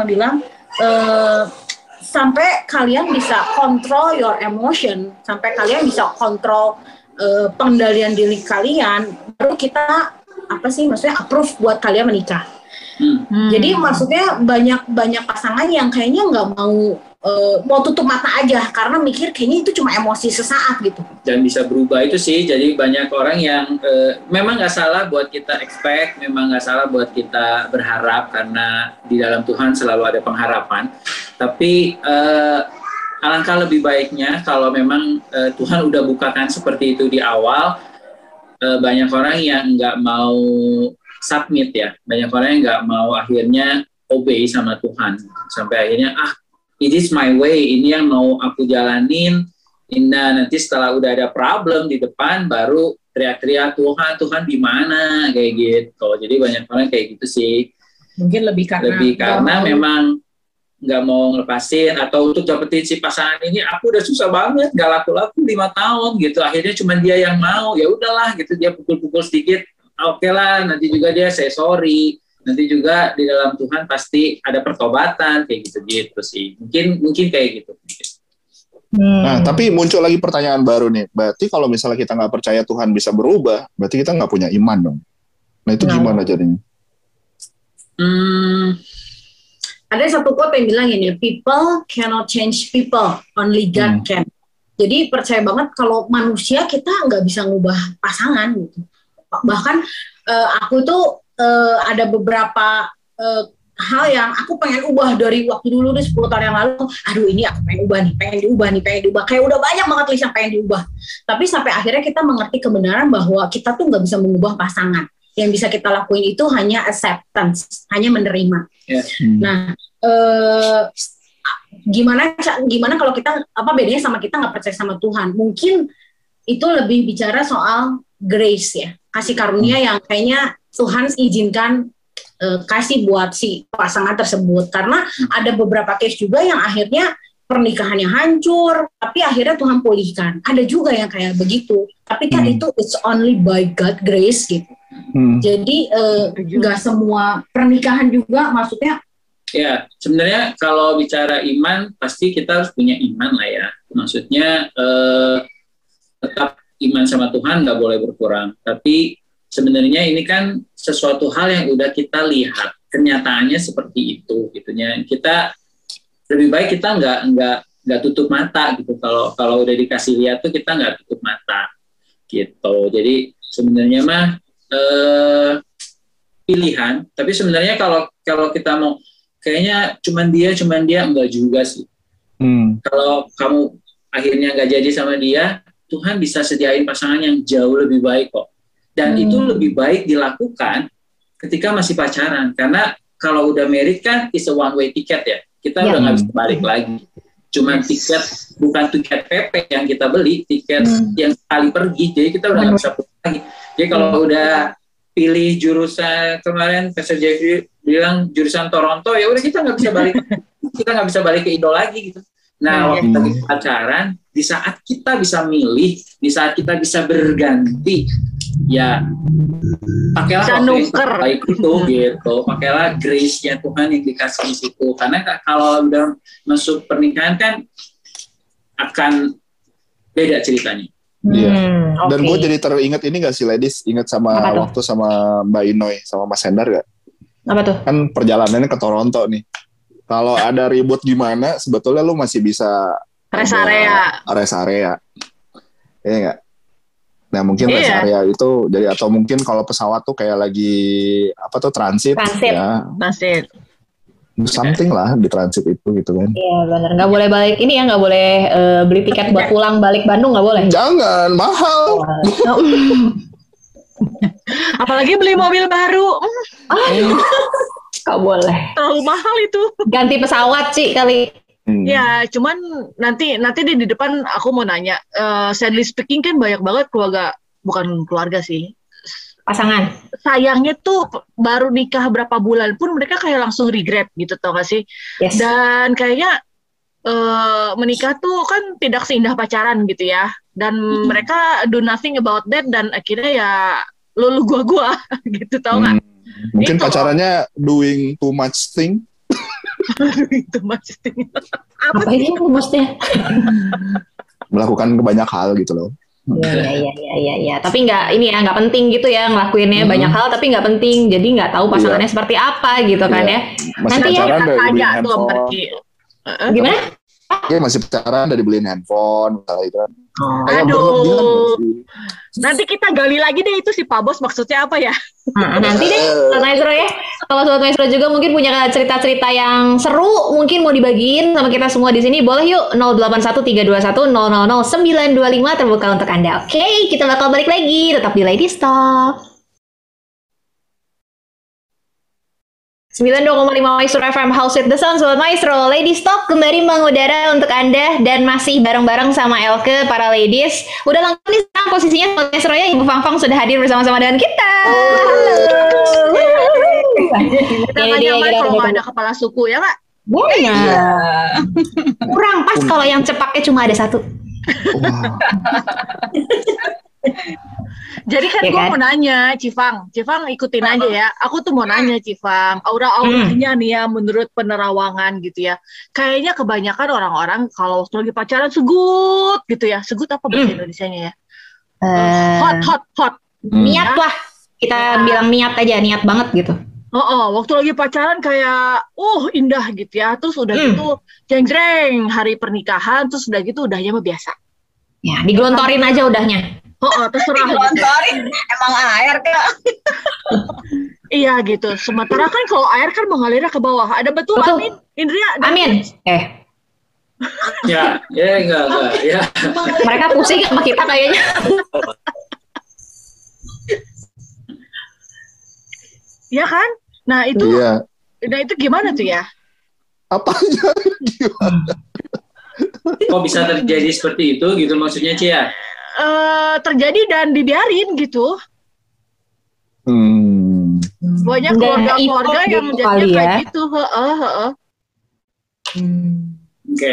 sampai kalian bisa kontrol your emotion, sampai kalian bisa kontrol pengendalian diri kalian, baru kita apa sih, maksudnya approve buat kalian menikah. Jadi maksudnya banyak pasangan yang kayaknya nggak mau tutup mata aja karena mikir kayaknya itu cuma emosi sesaat gitu. Dan bisa berubah itu sih. Jadi banyak orang yang memang nggak salah buat kita expect, memang nggak salah buat kita berharap karena di dalam Tuhan selalu ada pengharapan. Tapi alangkah lebih baiknya kalau memang Tuhan udah bukakan seperti itu di awal. Banyak orang yang nggak mau submit ya, banyak orang yang nggak mau akhirnya obey sama Tuhan sampai akhirnya it is my way, ini yang mau aku jalanin. Nanti setelah udah ada problem di depan baru teriak-teriak Tuhan di mana kayak gitu. Jadi banyak orang kayak gitu sih. Mungkin lebih karena memang nggak mau ngelepasin, atau untuk dapetin si pasangan ini aku udah susah banget, nggak laku-laku 5 tahun gitu. Akhirnya cuma dia yang mau, ya udahlah gitu, dia pukul-pukul sedikit. Oke lah, nanti juga dia say sorry, nanti juga di dalam Tuhan pasti ada pertobatan kayak gitu sih. Mungkin kayak gitu. Nah, tapi muncul lagi pertanyaan baru nih. Berarti kalau misalnya kita nggak percaya Tuhan bisa berubah, berarti kita nggak punya iman dong. Nah itu gimana jadinya? Ada satu quote yang bilang ini, people cannot change people, only God can. Jadi percaya banget kalau manusia kita nggak bisa ngubah pasangan gitu. Bahkan aku tuh ada beberapa hal yang aku pengen ubah dari waktu dulu deh 10 tahun yang lalu. Aduh ini aku pengen ubah nih, pengen diubah. Kayak udah banyak banget list yang pengen diubah. Tapi sampai akhirnya kita mengerti kebenaran bahwa kita tuh nggak bisa mengubah pasangan. Yang bisa kita lakuin itu hanya acceptance, hanya menerima. Nah, gimana kalau kita bedanya sama kita nggak percaya sama Tuhan? Mungkin itu lebih bicara soal grace ya, kasih karunia yang kayaknya Tuhan izinkan kasih buat si pasangan tersebut. Karena ada beberapa case juga yang akhirnya pernikahannya hancur, tapi akhirnya Tuhan pulihkan. Ada juga yang kayak begitu, tapi kan itu it's only by God grace gitu. Jadi nggak semua pernikahan juga, maksudnya. Ya, sebenarnya kalau bicara iman, pasti kita harus punya iman lah ya. Maksudnya tetap iman sama Tuhan nggak boleh berkurang. Tapi sebenarnya ini kan sesuatu hal yang udah kita lihat, kenyataannya seperti itu, gitunya. Kita lebih baik kita nggak tutup mata gitu. Kalau udah dikasih lihat tuh kita nggak tutup mata, gitu. Jadi sebenarnya mah pilihan. Tapi sebenarnya kalau kita mau kayaknya cuman dia enggak juga sih. Kalau kamu akhirnya nggak jadi sama dia, Tuhan bisa sediain pasangan yang jauh lebih baik kok. Dan itu lebih baik dilakukan ketika masih pacaran. Karena kalau udah married kan it's a one way ticket ya. Kita udah nggak bisa balik lagi. Cuman tiket, bukan tiket PP yang kita beli, tiket yang sekali pergi. Jadi kita udah nggak bisa pulang lagi. Jadi kalau udah pilih jurusan kemarin, Pastor Jeffrey bilang jurusan Toronto, ya udah kita nggak bisa balik. Kita nggak bisa balik ke Indo lagi gitu. Nah, waktu lagi pacaran, di saat kita bisa milih, di saat kita bisa berganti, ya pakailah waktu yang terbaik itu gitu. Pakailah grace-nya Tuhan yang dikasih di situ. Karena kalau udah masuk pernikahan kan akan beda ceritanya. Iya. Dan gue jadi teringat ini gak sih, ladies? Ingat sama waktu sama Mbak Inoy sama Mas Hendar gak? Apa tuh? Kan perjalanannya ke Toronto nih. Kalau ada ribut gimana, sebetulnya lu masih bisa rest area. Iya nggak? Nah mungkin rest area itu jadi, atau mungkin kalau pesawat tuh kayak lagi transit. Ya. Transit. Something lah di transit itu gitu kan. Iya benar, nggak boleh balik ini ya, nggak boleh beli tiket buat pulang balik Bandung, nggak boleh. Jangan, mahal. Apalagi beli mobil baru. Nggak boleh. Terlalu mahal itu. Ganti pesawat sih kali. Ya, cuman nanti di depan aku mau nanya. Sadly speaking kan banyak banget bukan keluarga sih. Pasangan. Sayangnya tuh baru nikah berapa bulan pun mereka kayak langsung regret gitu, tau gak sih? Yes. Dan kayaknya menikah tuh kan tidak seindah pacaran gitu ya. Dan mereka do nothing about that dan akhirnya ya lu gua gitu, tau gak? Mungkin itu pacarannya doing too much thing. Doing too much thing. Apa ini maksudnya? Melakukan banyak hal gitu loh. Iya. Tapi nggak penting gitu ya ngelakuinnya banyak hal, tapi nggak penting. Jadi nggak tahu pasangannya seperti apa gitu kan ya. Masih Nanti ya pacaran dari beliin Tanya tuh handphone. pergi. gimana? Iya masih pacaran dari beliin handphone, misalnya itu kan. Kayak Aduh. berlebihan nggak sih? Nanti kita gali lagi deh itu si Pak Bos maksudnya apa ya? Nanti deh Sobat Maestro ya. Kalau Sobat Maestro juga mungkin punya cerita-cerita yang seru, mungkin mau dibagiin sama kita semua di sini, boleh yuk 081321000925 terbuka untuk Anda. Oke, kita bakal balik lagi, tetap di Ladies Talk. 92,5 Maestro FM House with the Sound. Sobat Maestro, Ladies Talk kembali mengudara untuk Anda dan masih bareng-bareng sama Elke, para ladies. Udah lengkap nih sekarang posisinya Sobat Maestro ya. Ibu Fang Fang sudah hadir bersama-sama dengan kita. Kita nggak nyaman kalau nggak ada kepala suku ya Kak? Boleh. Kurang pas kalau yang cepaknya cuma ada satu. Jadi kan Ya gue kan? mau nanya, Cifang ikutin aja ya. Aku tuh mau nanya Cifang, aura-auranya nih ya menurut penerawangan gitu ya. Kayaknya kebanyakan orang-orang kalau waktu lagi pacaran segut gitu ya. Segut apa bahasa Indonesianya ya? Hot. Niat lah. Kita bilang niat aja, niat banget gitu. Waktu lagi pacaran kayak, indah gitu ya. Terus udah gitu, jeng-jeng hari pernikahan, terus udah gitu udahnya mah biasa. Ya, digelontorin aja udahnya. Terserah gitu. Emang air Kak. Iya gitu. Sementara kan kalau air kan mengalirnya ke bawah. Ada betul. Amin. Indria. Amin. Ya, enggak, ya. Mereka pusing sama kita kayaknya. Iya kan? Nah itu, gimana tuh ya? Apanya gimana? Kok bisa terjadi seperti itu gitu maksudnya Cia? Terjadi dan dibiarin gitu. Banyak keluarga-keluarga yang jadinya kayak gitu. Oke.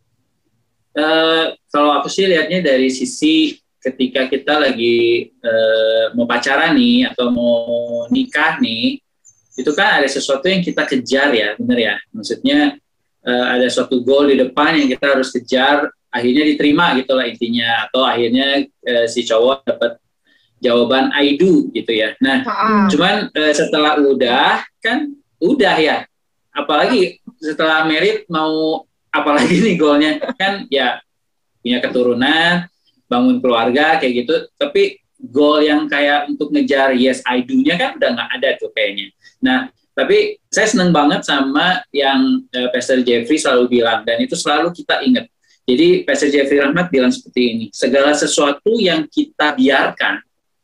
Kalau aku sih lihatnya dari sisi ketika kita lagi mau pacaran nih atau mau nikah nih, itu kan ada sesuatu yang kita kejar ya, bener ya? Maksudnya ada suatu goal di depan yang kita harus kejar, akhirnya diterima gitu lah intinya, atau akhirnya si cowok dapat jawaban I do gitu ya. Nah, cuman setelah udah ya, apalagi setelah married mau apalagi nih goalnya kan ya punya keturunan, bangun keluarga kayak gitu, tapi goal yang kayak untuk ngejar yes I do-nya kan udah nggak ada tuh kayaknya. Nah, tapi saya seneng banget sama yang Pastor Jeffrey selalu bilang, dan itu selalu kita ingat. Jadi Pastor Jeffrey Rahmat bilang seperti ini, segala sesuatu yang kita biarkan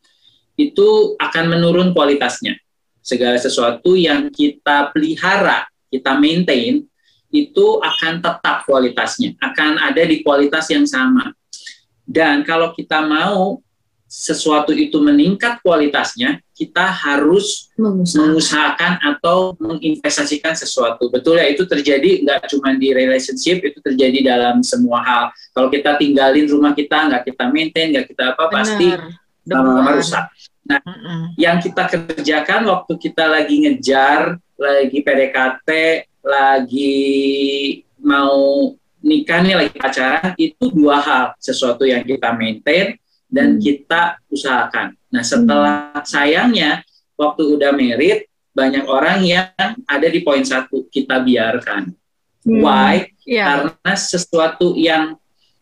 itu akan menurun kualitasnya. Segala sesuatu yang kita pelihara, kita maintain, itu akan tetap kualitasnya, akan ada di kualitas yang sama. Dan kalau kita mau sesuatu itu meningkat kualitasnya, kita harus mengusahakan atau menginvestasikan sesuatu. Betul ya, itu terjadi nggak cuma di relationship, itu terjadi dalam semua hal. Kalau kita tinggalin rumah kita, nggak kita maintain, nggak kita apa, pasti lama-lama rusak. Nah, yang kita kerjakan waktu kita lagi ngejar, lagi PDKT, lagi mau nikah nih, lagi pacaran, itu dua hal. Sesuatu yang kita maintain dan kita usahakan. Nah, setelah sayangnya, waktu udah married, banyak orang yang ada di poin satu, kita biarkan. Why? Karena sesuatu yang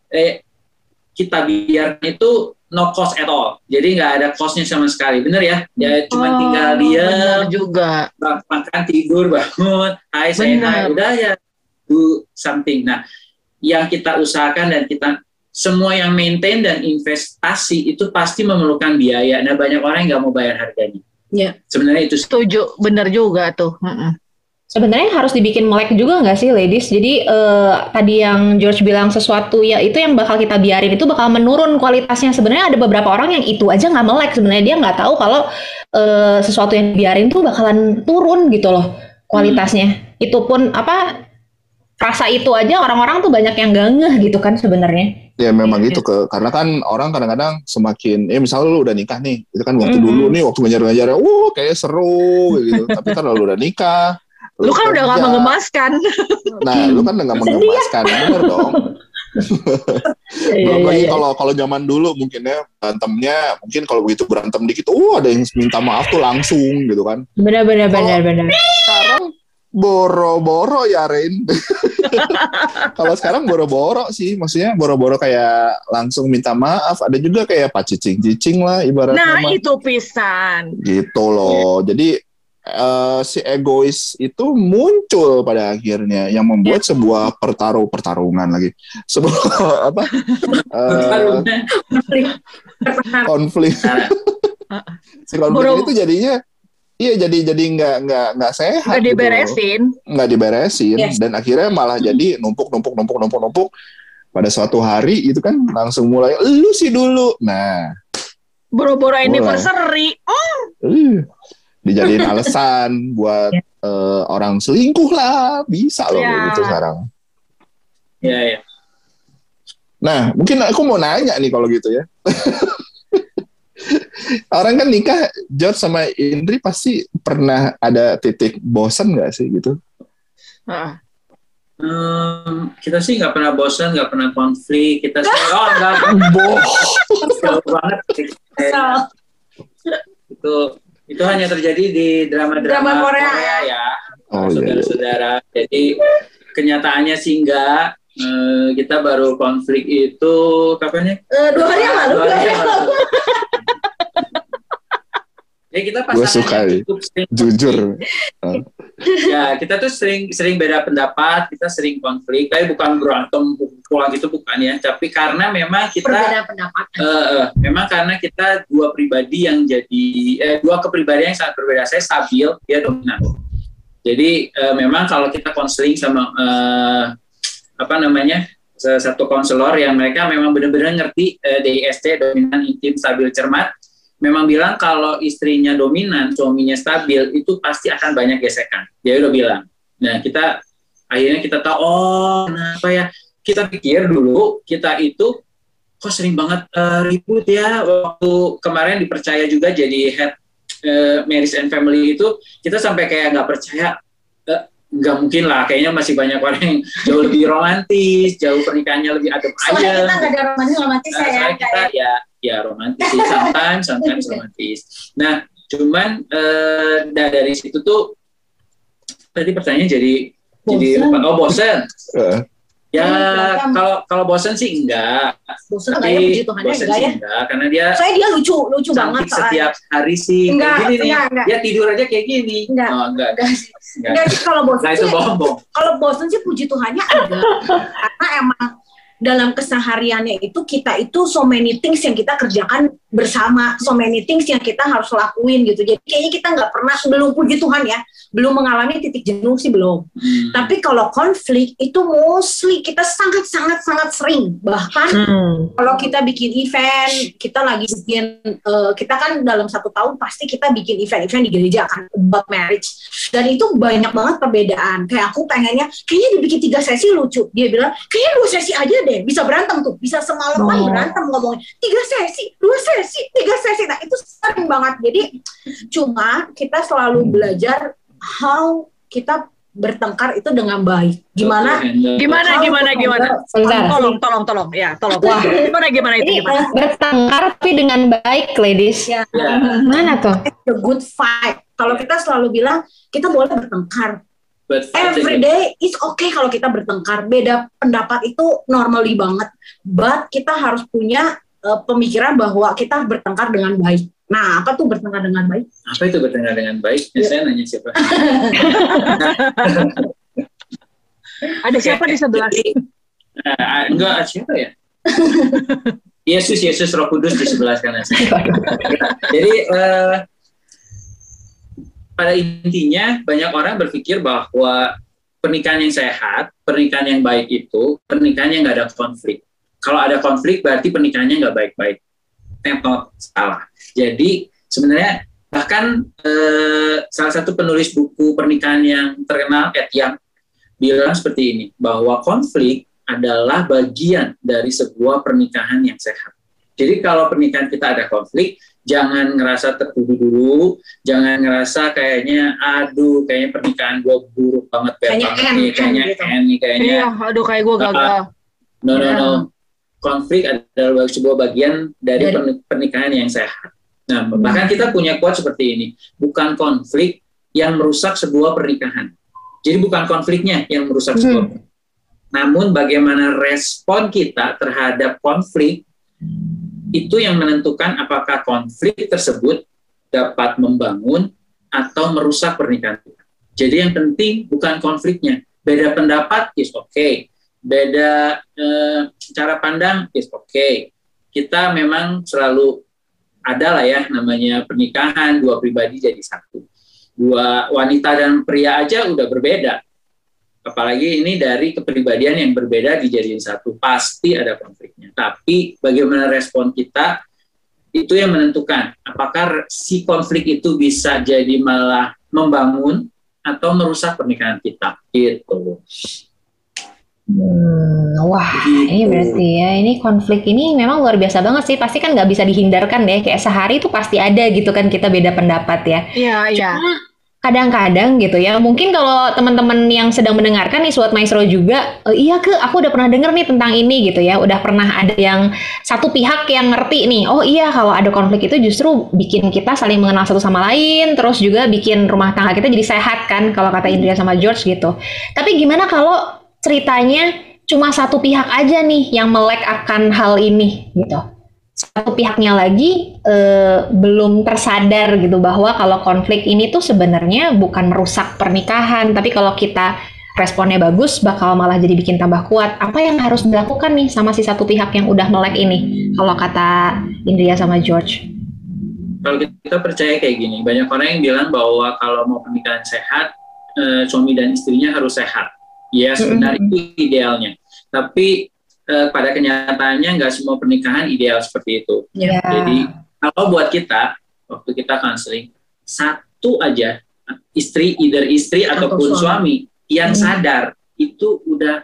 kita biarkan itu no cost at all. Jadi nggak ada cost-nya sama sekali. Bener ya? Ya cuma tinggal diam, juga makan, tidur, bangun, hai, say hi, udah ya, do something. Nah, yang kita usahakan dan kita semua yang maintain dan investasi itu pasti memerlukan biaya. Nah, banyak orang yang nggak mau bayar harganya. Ya. Sebenarnya itu setuju, benar juga tuh. Sebenarnya harus dibikin melek juga nggak sih, ladies? Jadi tadi yang George bilang sesuatu ya itu yang bakal kita biarin itu bakal menurun kualitasnya. Sebenarnya ada beberapa orang yang itu aja nggak melek. Sebenarnya dia nggak tahu kalau sesuatu yang biarin tuh bakalan turun gitu loh kualitasnya. Itu pun rasa itu aja orang-orang tuh banyak yang gak ngeh gitu kan sebenarnya. Ya memang gitu, karena kan orang kadang-kadang semakin, misalnya lu udah nikah nih, itu kan waktu dulu nih, waktu ngejar-ngejar, kayak seru gitu. Tapi kan lu udah nikah, lu kan udah gak mengemaskan. Nah, lu kan udah gak mengemaskan, bener dong. Belum lagi kalau zaman dulu mungkin ya berantemnya, mungkin kalau begitu berantem dikit, ada yang minta maaf tuh langsung gitu kan. Benar. Sekarang boro-boro ya Rain. Kalau sekarang boro-boro sih, maksudnya boro-boro kayak langsung minta maaf. Ada juga kayak pacicing-cicing lah ibaratnya. Nah itu pisan. Gitu loh. Jadi si egois itu muncul pada akhirnya yang membuat sebuah pertarungan lagi. Sebuah apa? Konflik. Si konflik itu jadinya jadi nggak sehat. Nggak diberesin, Yes. Dan akhirnya malah jadi numpuk. Pada suatu hari itu kan langsung mulai lu sih dulu. Nah, Boro-boro anniversary. dijadiin alasan buat orang selingkuh lah, bisa loh kayak gitu sekarang. Iya. Nah, mungkin aku mau nanya nih kalau gitu ya. Orang kan nikah, George sama Indri pasti pernah ada titik bosan nggak sih gitu? Kita sih nggak pernah bosan, nggak pernah konflik. Kita sih nggak jauh banget. Itu hanya terjadi di drama-drama Korea ya, saudara-saudara. Jadi kenyataannya sih enggak. Kita baru konflik itu kapan ya? 2 hari yang lalu. Ya kita Gue suka cukup sering jujur. Ya kita tuh sering beda pendapat, kita sering konflik. Tapi bukan berantem pulang gitu bukan ya. Tapi karena memang kita Perbedaan pendapat. memang karena kita dua pribadi yang dua kepribadian yang sangat berbeda. Saya stabil, dia dominan. Jadi memang kalau kita konseling sama satu konselor yang mereka memang benar-benar ngerti DISC, dominan, intim, stabil, cermat, memang bilang kalau istrinya dominan, suaminya stabil, itu pasti akan banyak gesekan. Dia udah bilang. Nah, akhirnya kita tahu, kenapa ya? Kita pikir dulu, kita itu kok sering banget ribut ya. Waktu kemarin dipercaya juga jadi head marriage and family itu, kita sampai kayak nggak percaya, nggak mungkin lah, kayaknya masih banyak orang yang jauh lebih romantis, jauh pernikahannya lebih adem ayem. Soalnya kita nggak ada romantis ya. Soalnya kita ya romantis sih, sometimes romantis. Nah, cuman dari situ tuh tadi pertanyaannya jadi bosen. Ya kalau bosen sih enggak. Bosen enggak ya, puji Tuhannya enggak ya? Enggak, karena dia Soalnya dia lucu banget setiap hari sih. Enggak, gini nih. enggak. Dia tidur aja kayak gini. Enggak. Oh, enggak. Enggak sih kalau bosen Nah, itu sih. bohong. Kalau bosen sih puji Tuhannya enggak. Karena emang dalam kesehariannya itu kita itu so many things yang kita kerjakan bersama, so many things yang kita harus lakuin gitu. Jadi kayaknya kita nggak pernah, belum puji Tuhan ya, belum mengalami titik jenuh sih belum. Tapi kalau konflik itu mostly kita sangat sering. Bahkan kalau kita bikin event, kita kita kan dalam 1 tahun pasti kita bikin event-event di gereja kan about marriage. Dan itu banyak banget perbedaan. Kayak aku pengennya, kayaknya dibikin 3 sesi lucu. Dia bilang, kayaknya 2 sesi aja deh, bisa berantem tuh, bisa semalaman berantem ngomongin 3 sesi, 2 sesi, 3 sesi. Nah itu sering banget. Jadi cuma kita selalu belajar how kita bertengkar itu dengan baik. Gimana? Tolong. Ya, tolong. Gimana itu? Ini bertengkar tapi dengan baik, ladies. Ya. Mana tuh? The good fight. Kalau kita selalu bilang kita boleh bertengkar. But Every day is okay kalau kita bertengkar. Beda pendapat itu normally banget. But kita harus punya pemikiran bahwa kita bertengkar dengan baik. Nah, apa tuh bertengkar dengan baik? Apa itu bertengkar dengan baik? Saya nanya siapa? Ada siapa di sebelah? Enggak, siapa ya? Yesus Roh Kudus di sebelah kanan saya. Jadi pada intinya banyak orang berpikir bahwa pernikahan yang sehat, pernikahan yang baik itu pernikahan yang nggak ada konflik. Kalau ada konflik berarti pernikahannya nggak baik-baik. Tempat salah. Jadi sebenarnya bahkan salah satu penulis buku pernikahan yang terkenal, Ed Young, bilang seperti ini, bahwa konflik adalah bagian dari sebuah pernikahan yang sehat. Jadi kalau pernikahan kita ada konflik, jangan ngerasa tertuduh dulu, jangan ngerasa kayaknya pernikahan gue buruk banget, kayaknya Iya, aduh kayak gue gagal. No. Konflik adalah sebuah bagian dari pernikahan yang sehat. Nah, bahkan kita punya quote seperti ini, bukan konflik yang merusak sebuah pernikahan. Jadi bukan konfliknya yang merusak sebuah pernikahan. Namun bagaimana respon kita terhadap konflik, itu yang menentukan apakah konflik tersebut dapat membangun atau merusak pernikahan kita. Jadi yang penting bukan konfliknya. Beda pendapat is okay. Beda cara pandang is okay. Kita memang selalu ada lah ya namanya pernikahan, dua pribadi jadi satu. Dua wanita dan pria aja udah berbeda. Apalagi ini dari kepribadian yang berbeda dijadiin satu. Pasti ada konfliknya. Tapi bagaimana respon kita, itu yang menentukan. Apakah si konflik itu bisa jadi malah membangun atau merusak pernikahan kita. Gitu. Wah, ini berarti ya, ini konflik ini memang luar biasa banget sih. Pasti kan nggak bisa dihindarkan deh. Kayak sehari itu pasti ada gitu kan kita beda pendapat ya. Iya. Kadang-kadang gitu ya, mungkin kalau teman-teman yang sedang mendengarkan nih Sobat Maestro juga, iya aku udah pernah denger nih tentang ini gitu ya, udah pernah ada yang satu pihak yang ngerti nih, oh iya kalau ada konflik itu justru bikin kita saling mengenal satu sama lain, terus juga bikin rumah tangga kita jadi sehat kan, kalau kata Indria sama George gitu. Tapi gimana kalau ceritanya cuma satu pihak aja nih yang melek akan hal ini gitu? Satu pihaknya lagi belum tersadar gitu bahwa kalau konflik ini tuh sebenarnya bukan merusak pernikahan, tapi kalau kita responnya bagus bakal malah jadi bikin tambah kuat. Apa yang harus dilakukan nih sama si satu pihak yang udah melek ini? Kalau kata Indria sama George. Kalau kita percaya kayak gini, banyak orang yang bilang bahwa kalau mau pernikahan sehat, suami dan istrinya harus sehat. Ya sebenarnya itu idealnya. Tapi pada kenyataannya nggak semua pernikahan ideal seperti itu. Yeah. Jadi kalau buat kita, waktu kita counseling, satu aja either istri ataupun suami yang sadar, itu udah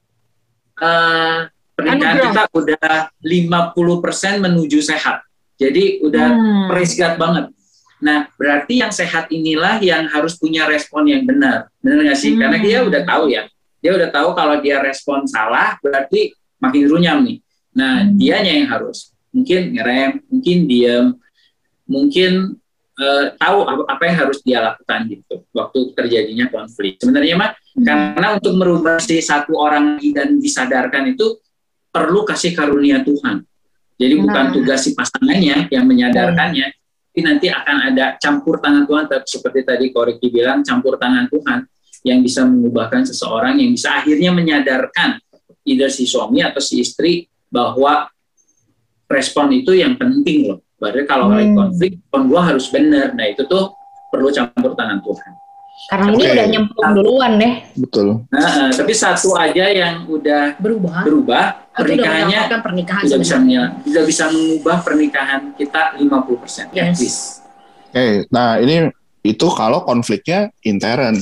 pernikahan kita udah 50% menuju sehat. Jadi udah praise God banget. Nah, berarti yang sehat inilah yang harus punya respon yang benar. Benar nggak sih? Karena dia udah tahu ya. Dia udah tahu kalau dia respon salah, berarti makin runyam nih. Nah, dianya yang harus mungkin ngerem, mungkin diam, mungkin tahu apa yang harus dia lakukan gitu waktu terjadinya konflik. Sebenarnya mah karena untuk merubah si satu orang dan disadarkan itu perlu kasih karunia Tuhan. Jadi bukan tugas si pasangannya yang menyadarkannya, tapi nanti akan ada campur tangan Tuhan, seperti tadi Koriki bilang, campur tangan Tuhan yang bisa mengubahkan seseorang, yang bisa akhirnya menyadarkan either si suami atau si istri bahwa respon itu yang penting loh. Berarti kalau lagi konflik, respon gue harus benar. Nah itu tuh perlu campur tangan Tuhan. Karena ini udah nyemplung duluan deh. Betul. Nah, tapi satu aja yang udah berubah pernikahannya udah bisa mengubah pernikahan kita 50%. Yes. Nah ini itu kalau konfliknya intern.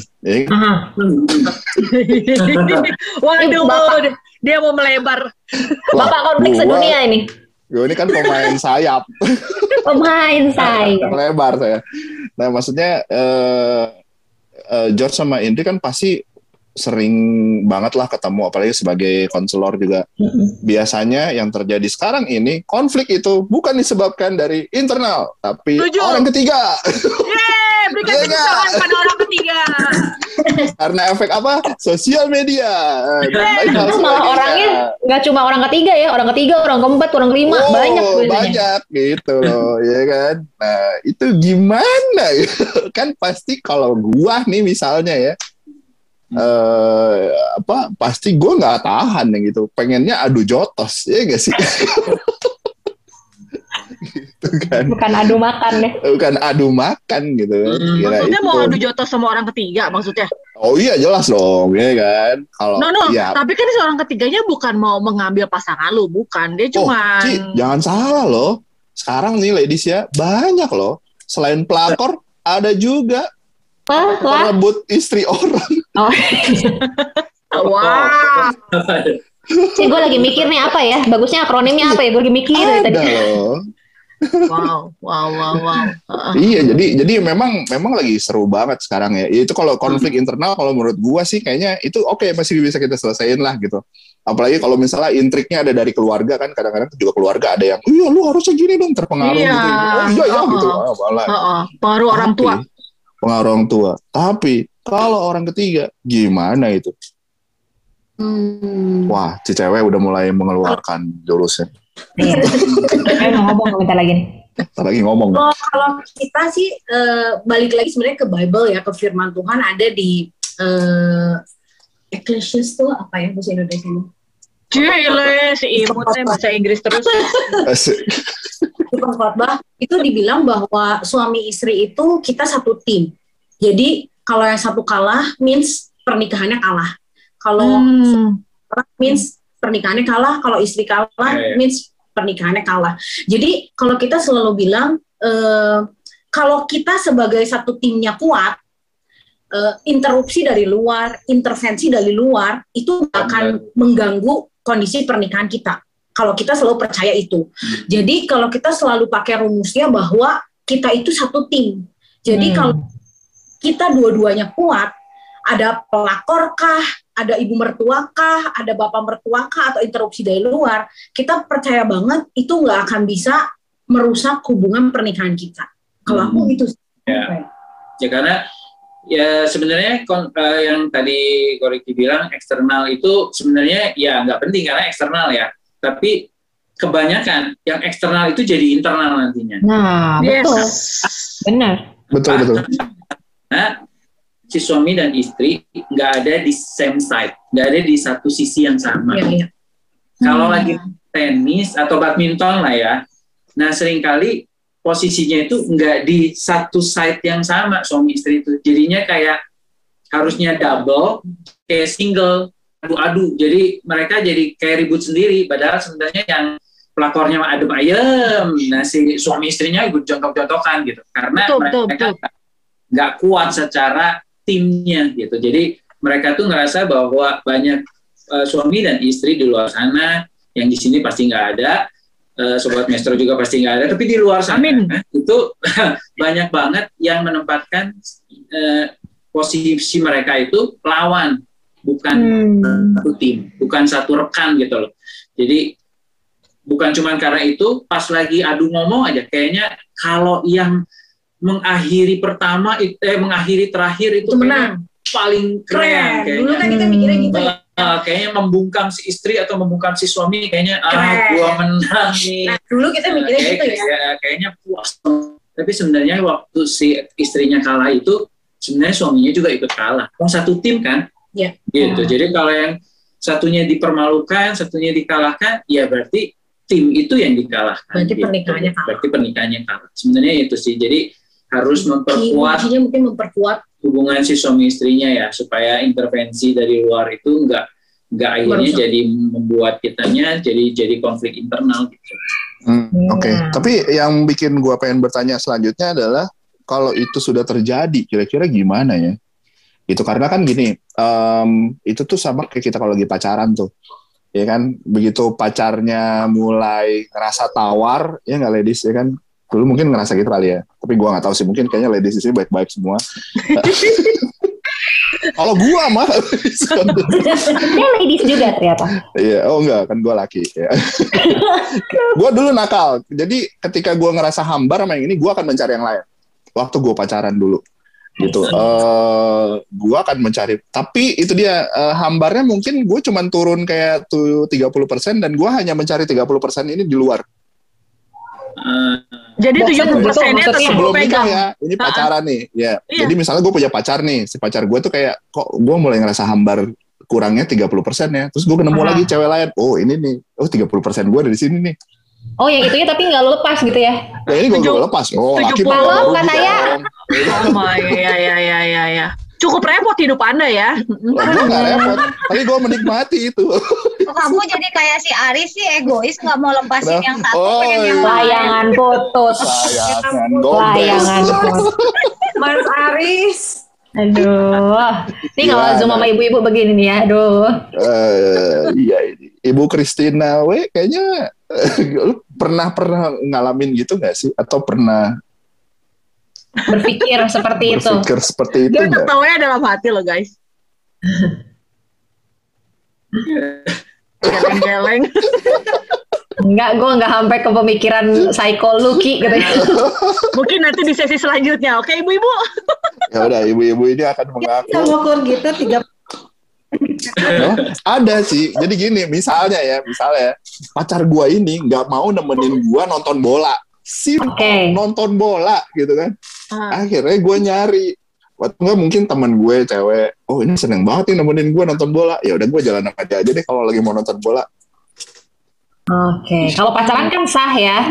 Waduh, dia mau melebar. Bapak konflik sedunia ini. Gue ini kan pemain sayap. Pemain sayap. Lebar saya. Nah maksudnya George sama Indri kan pasti sering banget lah ketemu, apalagi sebagai konselor juga. Biasanya yang terjadi sekarang ini, konflik itu bukan disebabkan dari internal, tapi orang ketiga. Berikan tepuk pada orang ketiga. Karena efek apa? Sosial media. Itu malah orangnya nggak cuma orang ketiga ya, orang ketiga, orang keempat, orang kelima, banyak gitu loh, ya kan. Nah itu gimana? Kan pasti kalau gua nih misalnya ya, pasti gue nggak tahan yang gitu, pengennya adu jotos, ya nggak sih? Gitu kan. Bukan adu makan deh. Bukan adu makan gitu. Maksudnya mau adu jotos sama orang ketiga maksudnya? Oh iya jelas dong, ya kan. Kalau ya. Tapi kan seorang ketiganya bukan mau mengambil pasangan lu, bukan, dia cuma. Jangan salah loh. Sekarang nih ladies ya banyak loh. Selain pelakor ada juga rebut istri orang. Wah. Gue lagi mikir nih apa ya, bagusnya akronimnya apa ya, gue lagi mikir ada loh. Wow. Iya, jadi memang lagi seru banget sekarang ya. Itu kalau konflik internal, kalau menurut gua sih kayaknya itu oke, masih bisa kita selesaiin lah gitu. Apalagi kalau misalnya intriknya ada dari keluarga kan, kadang-kadang juga keluarga ada yang, iya lu harusnya gini dong, terpengaruh Iya. gitu. Oh iya gitu. Malah. Pengaruh orang tua. Pengaruh orang tua. Tapi kalau orang ketiga, gimana itu? Wah, si cewek udah mulai mengeluarkan jurusnya. Iya. Ayo ngomong bentar lagi nih. Lagi ngomong. Kalau kita sih balik lagi sebenarnya ke Bible ya, ke firman Tuhan ada di Ecclesiastes tuh apa ya bahasa Indonesia-nya? Gile, si imutnya bahasa Inggris terus. Di Pengkhotbah itu dibilang bahwa suami istri itu kita satu tim. Jadi kalau yang satu kalah means pernikahannya kalah. Kalau means pernikahannya kalah, kalau istri kalah means pernikahannya kalah. Jadi kalau kita selalu bilang kalau kita sebagai satu timnya kuat, interupsi dari luar, intervensi dari luar itu akan mengganggu kondisi pernikahan kita. Kalau kita selalu percaya itu. Jadi kalau kita selalu pakai rumusnya bahwa kita itu satu tim. Jadi kalau kita dua-duanya kuat, ada pelakor kah, ada ibu mertua kah, ada bapak mertua kah, atau interupsi dari luar, kita percaya banget itu nggak akan bisa merusak hubungan pernikahan kita. Kalau aku itu. Ya karena ya sebenarnya yang tadi Koriki bilang eksternal itu sebenarnya ya nggak penting karena eksternal ya. Tapi kebanyakan yang eksternal itu jadi internal nantinya. Nah, betul. Benar. Betul. Nah, si suami dan istri nggak ada di same side, nggak ada di satu sisi yang sama. Iya. Kalau lagi tenis atau badminton lah ya, nah seringkali posisinya itu nggak di satu side yang sama suami istri itu, jadinya kayak harusnya double, kayak single, adu-adu, jadi mereka jadi kayak ribut sendiri, padahal sebenarnya yang pelakornya adem ayem, nah si suami istrinya ikut jontok-jontokan gitu, karena mereka nggak kuat secara timnya gitu. Jadi mereka tuh ngerasa bahwa banyak suami dan istri di luar sana yang di sini pasti nggak ada, Sobat Maestro juga pasti nggak ada, tapi di luar sana itu banyak banget yang menempatkan posisi mereka itu lawan, bukan satu tim, bukan satu rekan gitu loh. Jadi bukan cuma karena itu, pas lagi adu ngomong aja kayaknya kalau yang mengakhiri mengakhiri terakhir itu menang paling keren. Dulu kan kita mikirnya gitu ya. Kayaknya membungkam si istri atau membungkam si suami kayaknya gua menang nih. Nah, dulu kita mikirnya gitu ya. Kayaknya puas. Tapi sebenarnya waktu si istrinya kalah itu sebenarnya suaminya juga ikut kalah. Satu tim kan? Iya. Gitu. Jadi kalau yang satunya dipermalukan, satunya dikalahkan, ya berarti tim itu yang dikalahkan. Berarti gitu. pernikahannya kalah. Berarti pernikahannya kalah. Sebenarnya itu sih. Jadi harus memperkuat mungkin memperkuat hubungan si suami istrinya ya, supaya intervensi dari luar itu enggak akhirnya jadi membuat kitanya jadi konflik internal gitu. Oke. Tapi yang bikin gua pengen bertanya selanjutnya adalah kalau itu sudah terjadi, kira-kira gimana ya? Itu karena kan gini, itu tuh sama kayak kita kalau lagi pacaran tuh, ya kan? Begitu pacarnya mulai ngerasa tawar, ya nggak ladies, ya kan? Dulu mungkin ngerasa gitu kali ya, tapi gue nggak tahu sih, mungkin kayaknya ladies di sini baik-baik semua. Kalau gue mah, dia ladies juga ternyata. Iya, oh enggak, kan gue laki. Ya. Gue dulu nakal, jadi ketika gue ngerasa hambar sama yang ini, gue akan mencari yang lain. Waktu gue pacaran dulu, gitu. Gue akan mencari, tapi itu dia hambarnya mungkin gue cuman turun kayak 30% dan gue hanya mencari 30% ini di luar. Jadi 70%-nya tetap sebelum pegang. nikah ya, ini pacaran nih, ya. Iya. Jadi misalnya gue punya pacar nih, si pacar gue tuh kayak kok gue mulai ngerasa hambar kurangnya 30% ya, terus gue ketemu lagi cewek lain, oh ini nih, 30% gue ada di sini nih. Oh yang itu ya, tapi nggak lo lepas gitu ya? Ya ini gue lepas, laki Halo kata ya. Ya. Cukup repot hidup Anda ya. Gue gak repot, tapi gue menikmati itu. Kamu jadi kayak si Aris sih, egois, gak mau lepasin yang satu, pengen yang layangan putus. Layangan putus. Mas Aris. Aduh, ini kalau Zoom sama ibu-ibu begini nih ya, aduh. Iya ini. Ibu Christina, kayaknya Lu pernah ngalamin gitu nggak sih? Atau pernah berpikir seperti itu? berpikir seperti itu Dia nggak? tertawanya dalam hati loh guys. Geleng-geleng. Enggak, gue nggak sampai ke pemikiran psikologi gitu ya. Mungkin nanti di sesi selanjutnya. Oke ibu-ibu. Ya udah, ibu-ibu ini akan mengaku. Kalau ukur gitu 3 Ada sih. Jadi gini, misalnya pacar gua ini nggak mau nemenin gua nonton bola. Nonton bola gitu kan. Akhirnya gua nyari. Waktu nggak mungkin teman gue cewek. Oh ini seneng banget nih nemenin gua nonton bola. Ya udah gua jalan aja deh kalau lagi mau nonton bola. Oke, kalau pacaran kan sah ya.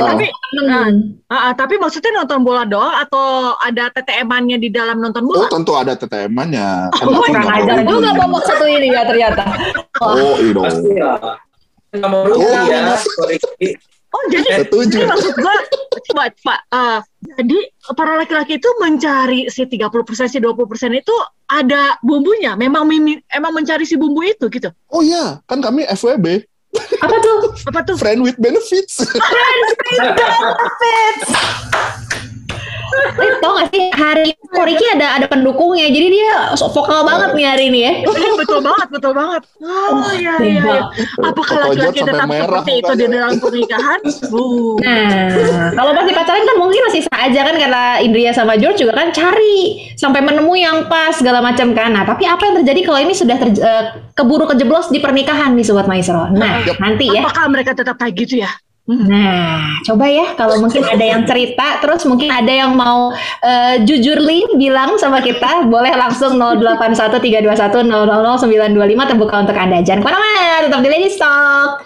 Tapi maksudnya nonton bola doang atau ada TTM-annya di dalam nonton bola? Oh tentu ada TTM-annya. Kurang ajar juga bapak satu ini ya ternyata. Oh iya. Nggak mau rugi ya. Oh jadi maksud gue, coba Pak, jadi para laki-laki itu mencari si 30%, si 20% itu ada bumbunya, emang mencari si bumbu itu gitu? Oh iya, kan kami FWB. Apa tuh? Friend with benefits. Tau gak sih hari ini Koriki ada pendukungnya, jadi dia vokal banget nih hari ini ya. Betul banget. Oh iya. Apakah laki-laki tetap seperti itu di dalam pernikahan? Nah, kalau pas pacaran kan mungkin masih sah aja kan, kata Indria sama George juga kan cari sampai menemui yang pas segala macam kan. Nah, tapi apa yang terjadi kalau ini sudah keburu kejeblos di pernikahan nih Sobat Maestro? Nah, nanti ya. Apakah mereka tetap kayak gitu ya? Nah, coba ya kalau mungkin ada yang cerita, terus mungkin ada yang mau jujur bilang sama kita, boleh langsung 081321000925 terbuka untuk Anda. Jangan kemana-mana, tetap di Ladies Talk.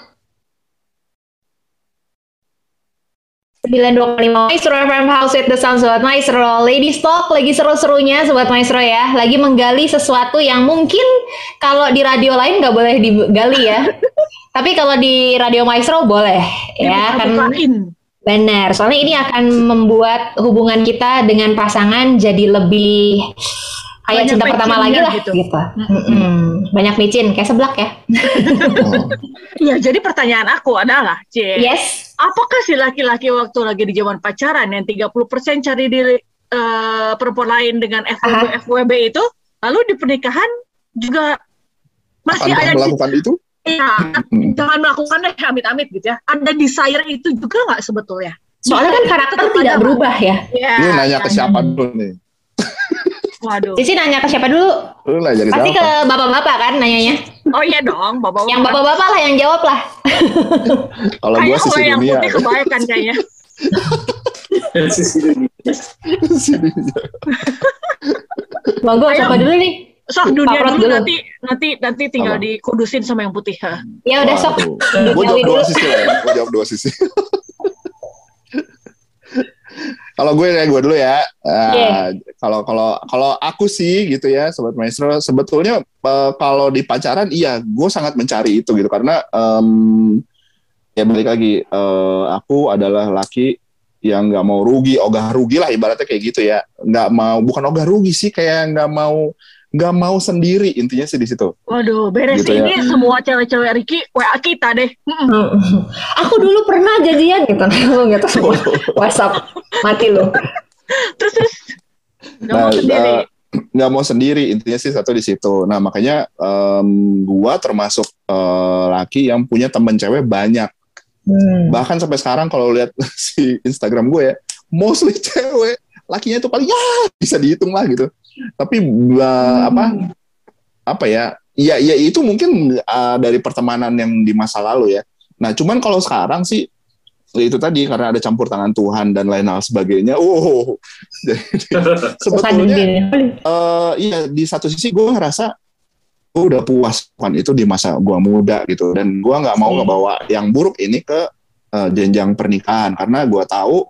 92,5 Maestro FM House with the Sound. Sobat Maestro, Ladies Talk lagi seru-serunya Sobat Maestro ya. Lagi menggali sesuatu yang mungkin kalau di radio lain nggak boleh digali ya. Tapi kalau di Radio Maestro boleh ya kan. Benar, soalnya ini akan membuat hubungan kita dengan pasangan jadi lebih kayak cinta pertama lagi lah gitu. Banyak micin kayak seblak ya. Iya, jadi pertanyaan aku adalah, yes, apakah si laki-laki waktu lagi di zaman pacaran yang 30% cari diri perempuan lain dengan FWB itu, lalu di pernikahan juga masih ada melakukan itu? Iya, jangan melakukan deh amit-amit gitu ya. Ada desire itu juga nggak sebetulnya? Soalnya kan karakter tidak berubah ya. Lu nanya ke siapa dulu nih? Waduh. Cici nanya ke siapa dulu? Lu nanya ke pasti siapa? Ke bapak-bapak kan nanyanya. Oh iya dong, bapak-bapak. Yang bapak-bapak lah yang jawab lah. Kalau gua sisi dunia. Yang putih kebanyakan kayaknya. Sisi dunia. Monggo siapa dulu nih? Sok dunia dulu, nanti tinggal dikudusin sama yang putih. Ya udah sok. Gue jawab dua sisi. Kalau gue dulu ya. Kalau aku sih gitu ya, Sobat Maestro, sebetulnya kalau di pacaran iya, gue sangat mencari itu gitu karena ya balik lagi, aku adalah laki yang nggak mau ogah rugi lah ibaratnya kayak gitu ya. Bukan ogah rugi sih, kayak nggak mau sendiri, intinya sih di situ. Waduh, beres gitu ini ya. Semua cewek-cewek Ricky WA kita deh. Aku dulu pernah jadian gitu, lu nggak tahu WhatsApp mati lo. Terus nggak mau sendiri, intinya sih satu di situ. Nah makanya gua termasuk laki yang punya teman cewek banyak. Bahkan sampai sekarang kalau lihat si Instagram gue ya, mostly cewek, lakinya itu paling ya bisa dihitung lah gitu. Tapi apa ya itu mungkin dari pertemanan yang di masa lalu ya. Nah cuman kalau sekarang sih itu tadi karena ada campur tangan Tuhan dan lain hal sebagainya. Jadi sebetulnya iya di satu sisi gue ngerasa gue udah puas kan itu di masa gue muda gitu, dan gue nggak mau ngebawa yang buruk ini ke jenjang pernikahan karena gue tahu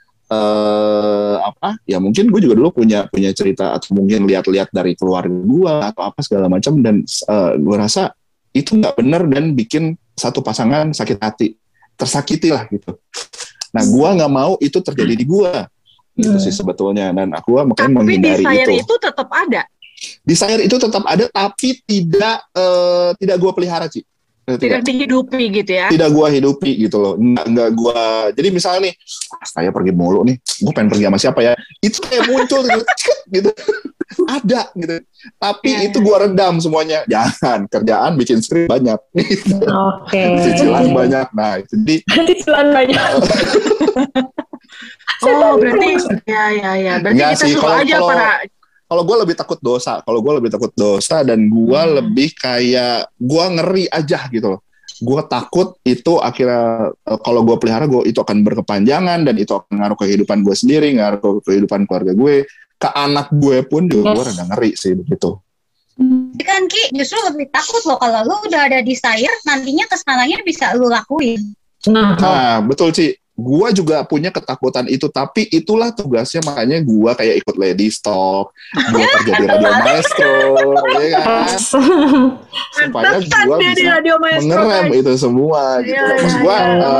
ya mungkin gue juga dulu punya cerita atau mungkin lihat-lihat dari keluarga gue atau apa segala macam, dan gue rasa itu nggak benar dan bikin satu pasangan sakit hati, tersakiti lah gitu. Nah gue nggak mau itu terjadi di gue gitu sih sebetulnya, dan aku makanya menghindari itu. Tapi desire itu tetap ada. Desire itu tetap ada, tapi tidak gue pelihara, Ci. Tidak dihidupi gitu ya. Tidak gua hidupi gitu loh. Enggak gua. Jadi misalnya nih, saya pergi mulu nih, gua pengen pergi sama siapa ya? Itu kayak muncul gitu. Ada gitu. Tapi itu gua redam semuanya. Jangan, kerjaan bikin skrip banyak. Oke. Cicilan banyak. Nah, itu jadi cicilan banyak. Oh, berarti ya. Berarti enggak kita sih, suruh aja para. Kalau gue lebih takut dosa, dan gue lebih kayak gue ngeri aja gitu loh. Gue takut itu akhirnya kalau gue pelihara itu akan berkepanjangan dan itu akan ngaruh ke kehidupan gue sendiri, ngaruh ke kehidupan keluarga gue, ke anak gue pun juga gue rada ngeri sih begitu. Kan Ki justru lebih takut loh kalau lu udah ada desire, nantinya kesananya bisa lu lakuin. Nah betul Ci. Gua juga punya ketakutan itu, tapi itulah tugasnya, makanya gua kayak ikut Lady Stock, gua kerja di Radio Maestro, ya kan? Supaya gua bisa mengerem itu semua gitu. Maksud gua,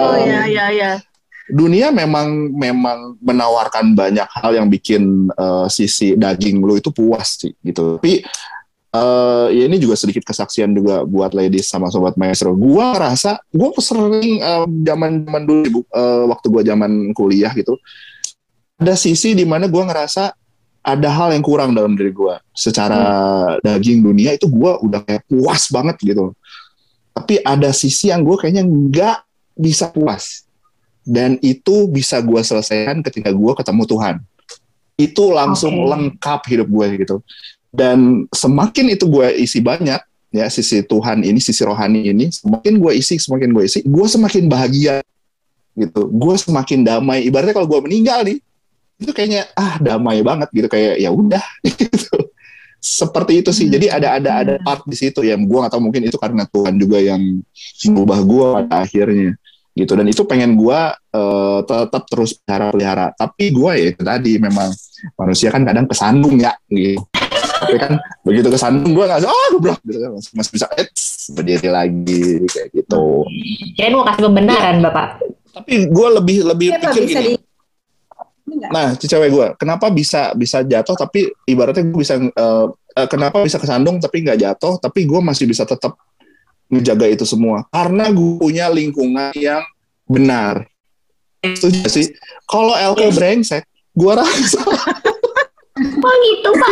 dunia memang menawarkan banyak hal yang bikin sisi daging lu itu puas sih gitu. Tapi ya ini juga sedikit kesaksian juga buat ladies sama sobat maestro. Gua ngerasa gue sering zaman dulu waktu gue zaman kuliah gitu, ada sisi di mana gue ngerasa ada hal yang kurang dalam diri gue. Secara daging dunia itu gue udah kayak puas banget gitu. Tapi ada sisi yang gue kayaknya nggak bisa puas, dan itu bisa gue selesaikan ketika gue ketemu Tuhan. Itu langsung lengkap hidup gue gitu. Dan semakin itu gue isi banyak, ya sisi Tuhan ini, sisi rohani ini, semakin gue isi, gue semakin bahagia gitu. Gue semakin damai. Ibaratnya kalau gue meninggal nih, itu kayaknya damai banget gitu, kayak ya udah gitu. Seperti itu sih. Jadi ada part di situ ya. Gue nggak tahu, mungkin itu karena Tuhan juga yang merubah gue pada akhirnya gitu. Dan itu pengen gue tetap terus pelihara. Tapi gue ya itu tadi, memang manusia kan kadang kesandung ya gitu. Tapi kan begitu kesandung gue nggak goblok gitu kan, masih bisa berdiri lagi kayak gitu. Kirain mau kasih pembenaran Bapak. Tapi gue lebih pikir gini. Nah, cewek gue, kenapa bisa jatuh tapi ibaratnya gue bisa kenapa bisa kesandung tapi nggak jatuh, tapi gue masih bisa tetap menjaga itu semua karena gue punya lingkungan yang benar. Setuju sih? Kalau LK brengsek, gue rasa oh gitu Pak.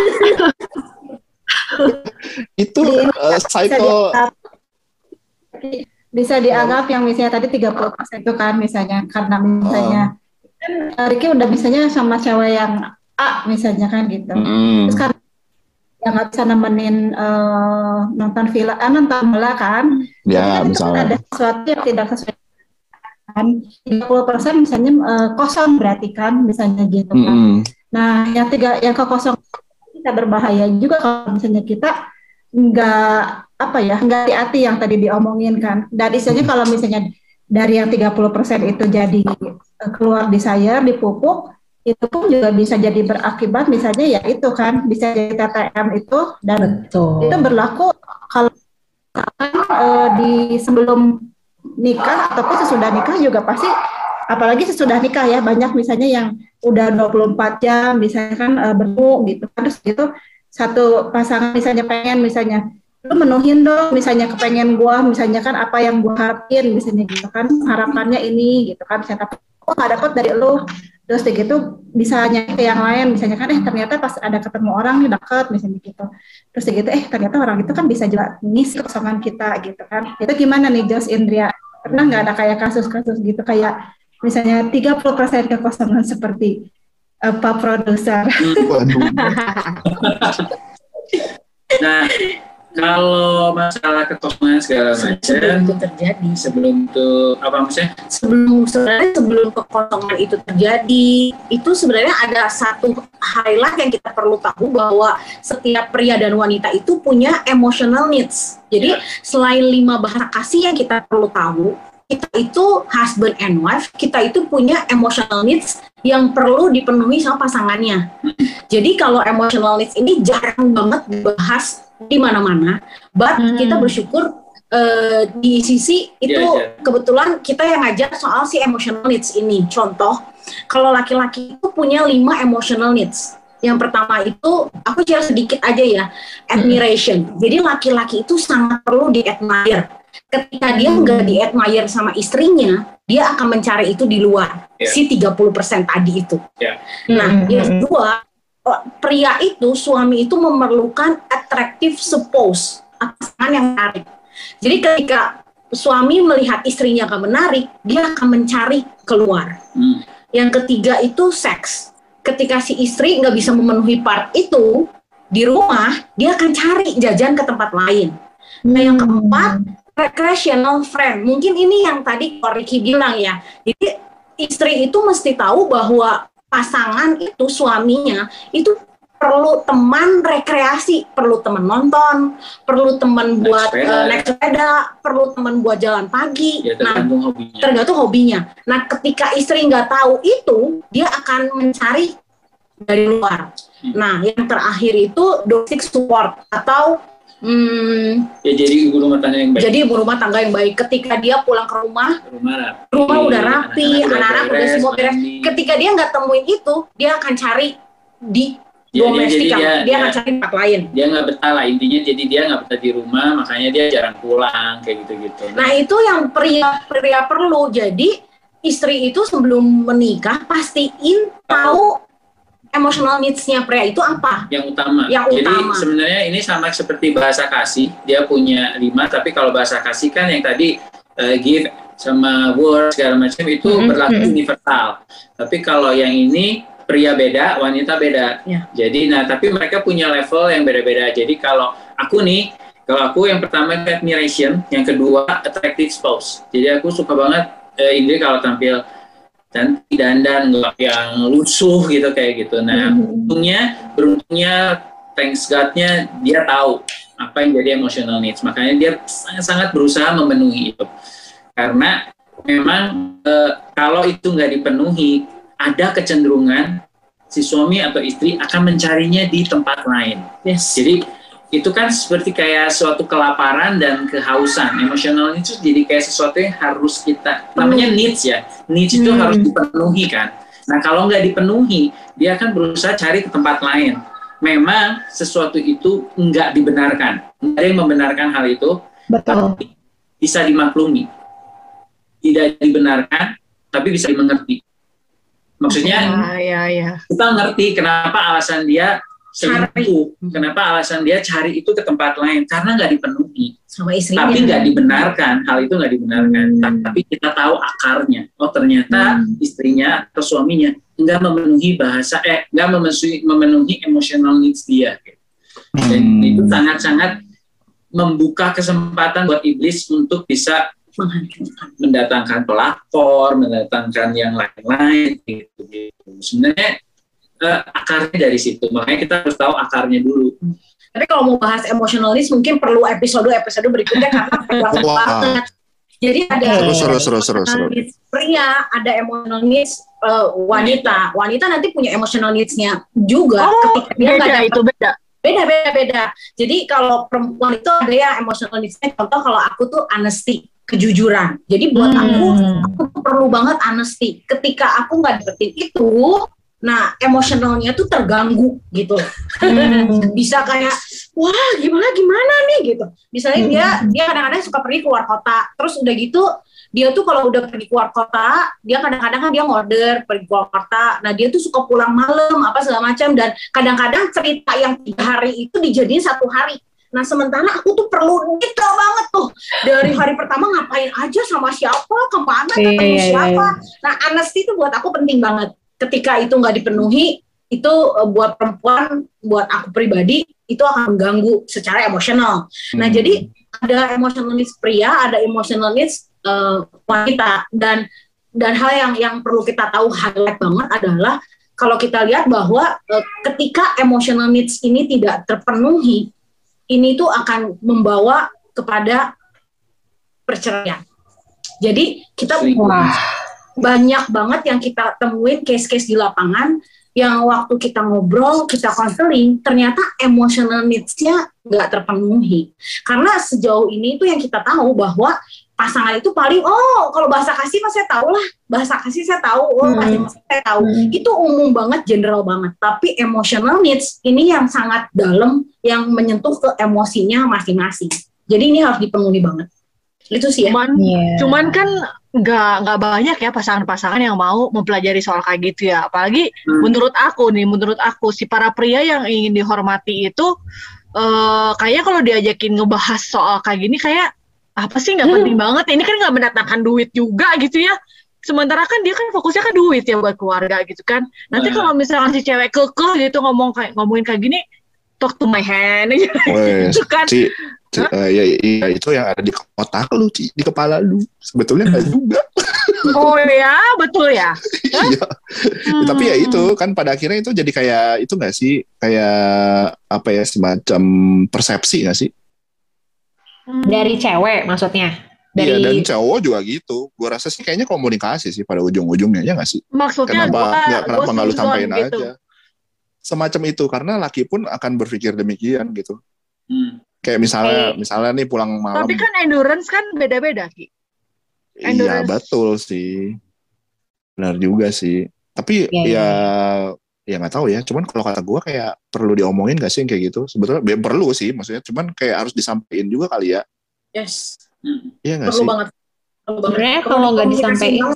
Itu bisa dianggap yang misalnya tadi 30% itu kan misalnya, karena misalnya Ricky udah misalnya sama cewek yang A misalnya kan gitu. Terus kan yang nggak bisa nemenin nonton film, nonton bola kan. Ya, misalnya ada sesuatu yang tidak sesuai kan. 30% misalnya kosong berarti kan misalnya gitu kan. Nah, yang kekosongan bisa berbahaya juga kalau misalnya kita nggak hati-hati yang tadi diomongin kan. Dan istilahnya kalau misalnya dari yang 30% itu jadi keluar desire, dipupuk, itu pun juga bisa jadi berakibat misalnya ya itu kan, bisa jadi TTM itu, dan itu berlaku kalau di sebelum nikah ataupun sesudah nikah juga pasti. Apalagi sesudah nikah ya, banyak misalnya yang udah 24 jam misalnya kan bertemu gitu. Terus gitu satu pasangan misalnya pengen misalnya lu menuhin dong misalnya kepengen gua misalnya kan apa yang gua harapin misalnya gitu kan, harapannya ini gitu kan, misalnya tapi gua nggak dapet dari lu, terus gitu bisa nyari ke yang lain misalnya kan ternyata pas ada ketemu orang nih deket misalnya gitu, terus gitu ternyata orang itu kan bisa juga ngisi kekosongan kita gitu kan. Itu gimana nih Jos, Indria, pernah nggak ada kayak kasus-kasus gitu kayak misalnya 30% kekosongan seperti Pak Produser? Nah, kalau masalah kekosongan segala macam sebelum kekosongan itu terjadi, itu sebenarnya ada satu highlight yang kita perlu tahu, bahwa setiap pria dan wanita itu punya emotional needs. Jadi selain 5 bahasa kasih yang kita perlu tahu, kita itu husband and wife, kita itu punya emotional needs yang perlu dipenuhi sama pasangannya. Jadi kalau emotional needs ini jarang banget dibahas di mana-mana, but kita bersyukur di sisi itu kebetulan kita yang ngajar soal si emotional needs ini. Contoh, kalau laki-laki itu punya 5 emotional needs. Yang pertama itu, aku share sedikit aja ya, admiration. Jadi laki-laki itu sangat perlu di-admire. Ketika dia nggak di-admire sama istrinya, dia akan mencari itu di luar. Si 30% tadi itu. Nah, yang kedua, pria itu, suami itu memerlukan attractive spouse, pasangan yang menarik. Jadi ketika suami melihat istrinya akan menarik, dia akan mencari keluar. Yang ketiga itu seks. Ketika si istri nggak bisa memenuhi part itu di rumah, dia akan cari jajan ke tempat lain. Nah, yang keempat, recreational friend. Mungkin ini yang tadi Ricky bilang ya. Jadi istri itu mesti tahu bahwa pasangan itu, suaminya itu perlu teman rekreasi, perlu teman nonton, perlu teman buat naik sepeda, perlu teman buat jalan pagi. Ya, tergantung hobinya. Nah, ketika istri nggak tahu itu, dia akan mencari dari luar. Nah, yang terakhir itu domestic support atau jadi ibu rumah tangga yang baik. Jadi ibu rumah tangga yang baik. Ketika dia pulang ke rumah udah rapi, anak-anak udah semua beres. Ketika dia nggak temuin itu, dia akan cari di domestik, dia akan cari tempat lain. Dia nggak betah lah, intinya jadi dia nggak betah di rumah, makanya dia jarang pulang kayak gitu-gitu. Nah, itu yang pria perlu. Jadi istri itu sebelum menikah pastiin tahu emotional needs-nya pria itu apa? Yang utama. Jadi sebenarnya ini sama seperti bahasa kasih, dia punya 5, tapi kalau bahasa kasih kan yang tadi give sama word segala macam itu berlaku universal. Tapi kalau yang ini pria beda, wanita beda. Jadi tapi mereka punya level yang beda-beda. Jadi kalau aku yang pertama admiration, yang kedua attractive spouse. Jadi aku suka banget Indri kalau tampil cantik, dandan, nggak yang lusuh gitu kayak gitu. Nah, beruntungnya, thanks God-nya dia tahu apa yang jadi emotional needs. Makanya dia sangat berusaha memenuhi itu. Karena memang kalau itu nggak dipenuhi, ada kecenderungan si suami atau istri akan mencarinya di tempat lain. Jadi itu kan seperti kayak suatu kelaparan dan kehausan. Emotional needs itu jadi kayak sesuatu yang harus kita, namanya needs ya. Needs itu harus dipenuhi kan. Nah, kalau nggak dipenuhi, dia akan berusaha cari ke tempat lain. Memang sesuatu itu nggak dibenarkan. Nggak ada yang membenarkan hal itu. Tapi bisa dimaklumi. Tidak dibenarkan, tapi bisa dimengerti. Maksudnya, kita ngerti kenapa alasan dia selingkuh, kenapa alasan dia cari itu ke tempat lain, karena nggak dipenuhi sama istrinya. Tapi nggak dibenarkan, hal itu nggak dibenarkan. Tapi kita tahu akarnya. Oh, ternyata istrinya atau suaminya nggak memenuhi nggak memenuhi emotional needs dia. Dan itu sangat-sangat membuka kesempatan buat iblis untuk bisa mendatangkan pelakor, mendatangkan yang lain-lain gitu. Sebenarnya akarnya dari situ, makanya kita harus tahu akarnya dulu. Tapi kalau mau bahas emotional needs mungkin perlu episode berikutnya karena banyak banget. Jadi ada seru. Pria, ada emotional needs wanita. Wanita nanti punya emotional needs-nya juga. Beda itu beda. Beda. Jadi kalau perempuan itu ada yang emotional needs-nya. Contoh kalau aku tuh honesty, kejujuran. Jadi buat aku perlu banget honesty. Ketika aku nggak dapetin itu, nah, emosionalnya tuh terganggu gitu. Bisa kayak, wah gimana nih gitu. Misalnya dia kadang-kadang suka pergi keluar kota. Terus udah gitu, dia tuh kalau udah pergi keluar kota, dia kadang-kadang kan dia ngorder pergi keluar kota. Nah, dia tuh suka pulang malam, apa segala macam. Dan kadang-kadang cerita yang 3 hari itu dijadiin 1 hari. Nah, sementara aku tuh perlu detail banget tuh. Dari hari pertama ngapain aja, sama siapa, kemana, ketemu siapa. Nah, honesty itu buat aku penting banget. Ketika itu nggak dipenuhi, itu buat perempuan, buat aku pribadi, itu akan mengganggu secara emosional. Nah, jadi ada emotional needs pria, ada emotional needs wanita. Dan hal yang perlu kita tahu highlight banget adalah kalau kita lihat bahwa ketika emotional needs ini tidak terpenuhi, ini tuh akan membawa kepada perceraian. Jadi kita banyak banget yang kita temuin case-case di lapangan yang waktu kita ngobrol, kita konseling, ternyata emotional needs-nya nggak terpenuhi. Karena sejauh ini itu yang kita tahu bahwa pasangan itu paling, kalau bahasa kasih mas saya tahu lah, bahasa kasih saya tahu, kasih mas saya tahu. Itu umum banget, general banget. Tapi emotional needs ini yang sangat dalam, yang menyentuh ke emosinya masing-masing. Jadi ini harus dipenuhi banget. Itu sih ya. Cuman kan nggak banyak ya pasangan-pasangan yang mau mempelajari soal kayak gitu ya. Apalagi menurut aku si para pria yang ingin dihormati itu kayaknya kalau diajakin ngebahas soal kayak gini kayak apa sih nggak penting banget. Ini kan nggak mendatangkan duit juga gitu ya. Sementara kan dia kan fokusnya kan duit ya buat keluarga gitu kan. Nanti kalau misalkan si cewek kekeh gitu ngomongin kayak gini, talk to my hand gitu kan. Ya itu yang ada di otak lu, di kepala lu. Sebetulnya nggak juga. Oh ya, betul ya. Iya. Tapi ya itu kan pada akhirnya itu jadi kayak itu nggak sih, kayak apa ya, semacam persepsi nggak sih? Dari cewek maksudnya. Iya, dan cowok juga gitu. Gua rasa sih kayaknya komunikasi sih pada ujung-ujungnya, ya nggak sih? Maksudnya kenapa nggak lu sampein gitu aja? Semacam itu, karena laki pun akan berpikir demikian gitu. Kayak misalnya nih pulang malam. Tapi kan endurance kan beda-beda, Ki. Iya, betul sih. Benar juga sih. Tapi ya nggak tahu ya. Cuman kalau kata gue kayak perlu diomongin gak sih yang kayak gitu? Sebetulnya perlu sih, maksudnya. Cuman kayak harus disampaikan juga kali ya. Yes. Iya nggak sih? Perlu banget. Sebenarnya kalau nggak disampaikan,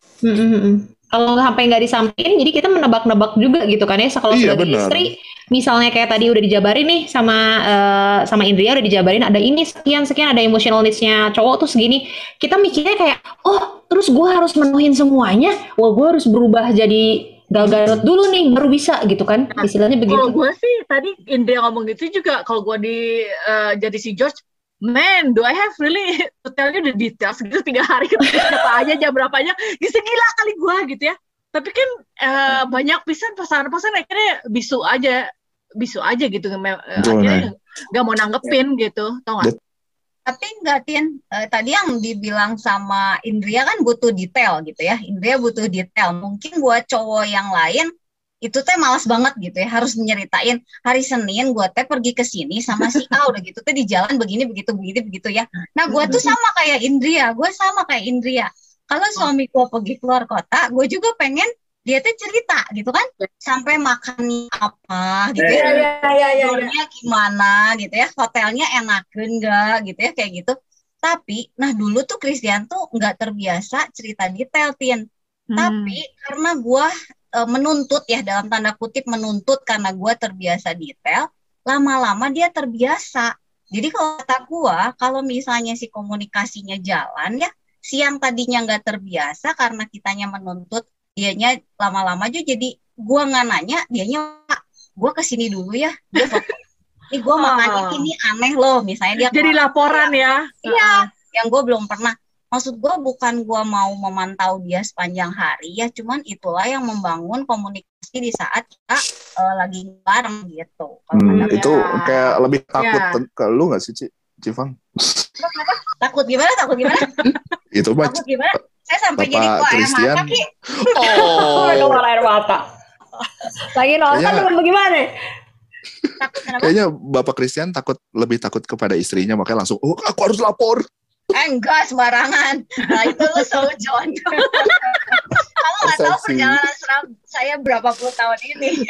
kalau sampai nggak disampaikan, jadi kita menebak-nebak juga gitu kan ya. Kalau sebagai istri, misalnya kayak tadi udah dijabarin nih sama Indria, udah dijabarin ada ini sekian ada emotional needs-nya cowok tuh segini. Kita mikirnya kayak, oh terus gue harus menuhin semuanya, wah gue harus berubah jadi Gal dulu nih baru bisa gitu kan, istilahnya begitu. Kalau gue sih tadi Indria ngomong gitu juga, kalau gue jadi si George, man, do I have really to tell you the details gitu 3 hari siapa aja, jam berapanya, gitu gila kali gue gitu ya. Tapi kan banyak pisan pasangan-pasangan akhirnya bisu aja gitu, akhirnya nggak mau nanggepin gitu, tau nggak? Tapi nggak, Tin, tadi yang dibilang sama Indria kan butuh detail gitu ya. Indria butuh detail. Mungkin buat cowok yang lain itu teh malas banget gitu ya, harus nyeritain hari Senin gue teh pergi ke sini sama si A udah gitu teh di jalan begini begitu ya. Nah gue tuh sama kayak Indria. Kalau suami gue pergi keluar kota, gue juga pengen dia tuh cerita gitu kan, sampai makannya apa gitu ya, tidurnya gimana gitu ya, hotelnya enakan enggak gitu ya, kayak gitu. Tapi nah dulu tuh Christian tuh nggak terbiasa cerita detail, Tin. Tapi karena gue menuntut ya, dalam tanda kutip menuntut, karena gue terbiasa detail, lama-lama dia terbiasa. Jadi kalau kata gue, kalau misalnya si komunikasinya jalan ya, si yang tadinya nggak terbiasa karena kitanya menuntut, dianya lama-lama aja jadi gue nggak nanya, dianya gue kesini dulu ya, ini gue makannya ini aneh loh, misalnya dia jadi laporan ya. Iya, yang gue belum pernah. Maksud gue bukan gue mau memantau dia sepanjang hari ya, cuman itulah yang membangun komunikasi di saat kita lagi bareng gitu. Itu kayak lebih takut ke lu nggak sih, Cifang? Takut gimana? Itu takut gimana? Saya sampai jadi keluar air mata, Ki. Keluar air mata. Lagi nonton belum bagaimana? Kayaknya Bapak Christian lebih takut kepada istrinya, makanya langsung, aku harus lapor. Enggak sembarangan. Nah itu lu seujon. Kamu nggak tahu perjalanan seram saya berapa puluh tahun ini.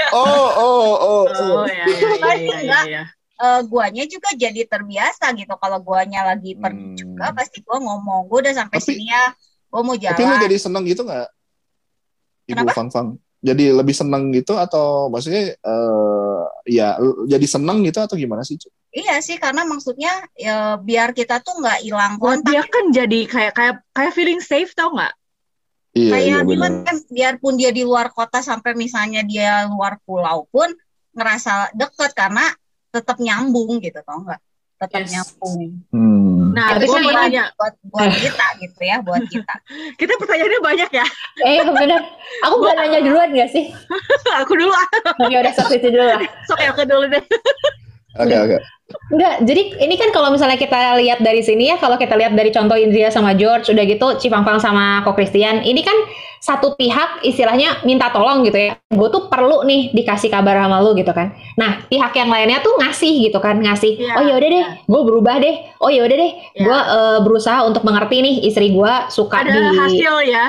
Iya. Guanya juga jadi terbiasa gitu. Kalau guanya lagi pergi juga, pasti gua ngomong, gua udah sampai sini ya, gua mau jalan. Tapi lu jadi seneng gitu nggak, Ibu Fang? Jadi lebih seneng gitu atau maksudnya ya jadi seneng gitu atau gimana sih? Iya sih, karena maksudnya ya, biar kita tuh nggak hilang kontak. Dia kan jadi kayak feeling safe, tau nggak? Iya, biarpun dia di luar kota, sampai misalnya dia luar pulau pun ngerasa deket karena tetap nyambung gitu, tau nggak? Tetap nyambung. Nah, gue mau nanya buat kita gitu ya, buat kita. Kita pertanyaannya banyak ya. Benar. Aku mau nanya duluan nggak sih? Aku dulu. Ya udah, sok itu dulu lah. Sok aku dulu deh. Agak. Enggak, jadi ini kan kalau misalnya kita lihat dari sini ya, kalau kita lihat dari contoh Indria sama George, udah gitu Cifang sama Ko Christian, ini kan satu pihak istilahnya minta tolong gitu ya, gue tuh perlu nih dikasih kabar sama lu gitu kan. Nah pihak yang lainnya tuh ngasih gitu kan, oh ya udah deh, gue berubah deh, gue berusaha untuk mengerti nih istri gue suka ada hasil ya.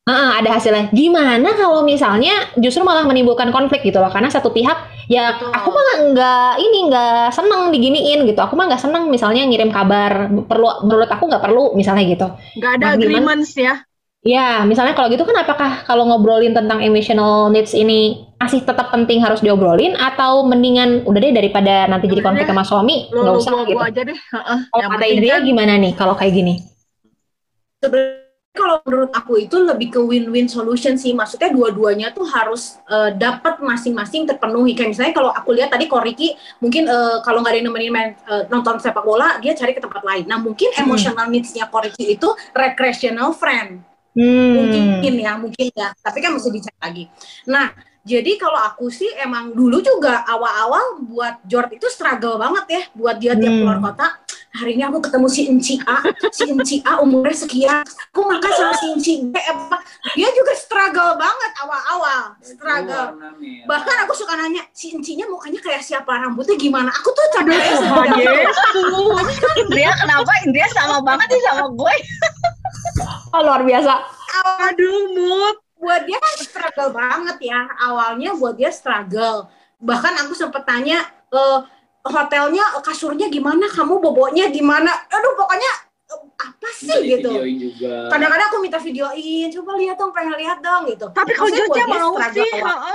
Ada hasilnya. Gimana kalau misalnya justru malah menimbulkan konflik gitu loh? Karena satu pihak ya aku malah nggak seneng diginiin gitu. Aku mah nggak seneng misalnya ngirim kabar menurut aku nggak perlu misalnya gitu. Nggak ada agreements ya? Ya, misalnya kalau gitu kan apakah kalau ngobrolin tentang emotional needs ini masih tetap penting harus diobrolin atau mendingan udah deh daripada nanti jadi konflik sama suami nggak usah gitu. Aja deh. Kalau kata Indria gimana nih kalau kayak gini? Kalau menurut aku itu lebih ke win-win solution sih, maksudnya dua-duanya tuh harus dapat masing-masing terpenuhi. Kayak misalnya kalau aku lihat tadi kalau Ricky mungkin kalau nggak ada yang nemenin nonton sepak bola, dia cari ke tempat lain. Nah mungkin emotional needs-nya Ricky itu recreational friend, mungkin ya. Tapi kan mesti dicek lagi. Nah jadi kalau aku sih emang dulu juga awal-awal buat George itu struggle banget ya, buat dia tiap keluar kota. Hari ini aku ketemu si Enci A umurnya sekian, aku makan sama si Enci B, dia juga struggle banget awal-awal, struggle. Bahkan aku suka nanya, si Encinya mukanya kayak siapa, rambutnya gimana, aku tuh capeknya Indria kenapa? Indria sama banget sih sama gue. Oh luar biasa. Aduh Mut. Buat dia kan struggle banget ya, awalnya buat dia struggle. Bahkan aku sempet tanya, hotelnya, kasurnya gimana, kamu boboknya gimana, aduh pokoknya apa sih gitu. Kadang-kadang aku minta videoin, coba lihat dong, pengen lihat dong gitu. Tapi kalau George mau sih,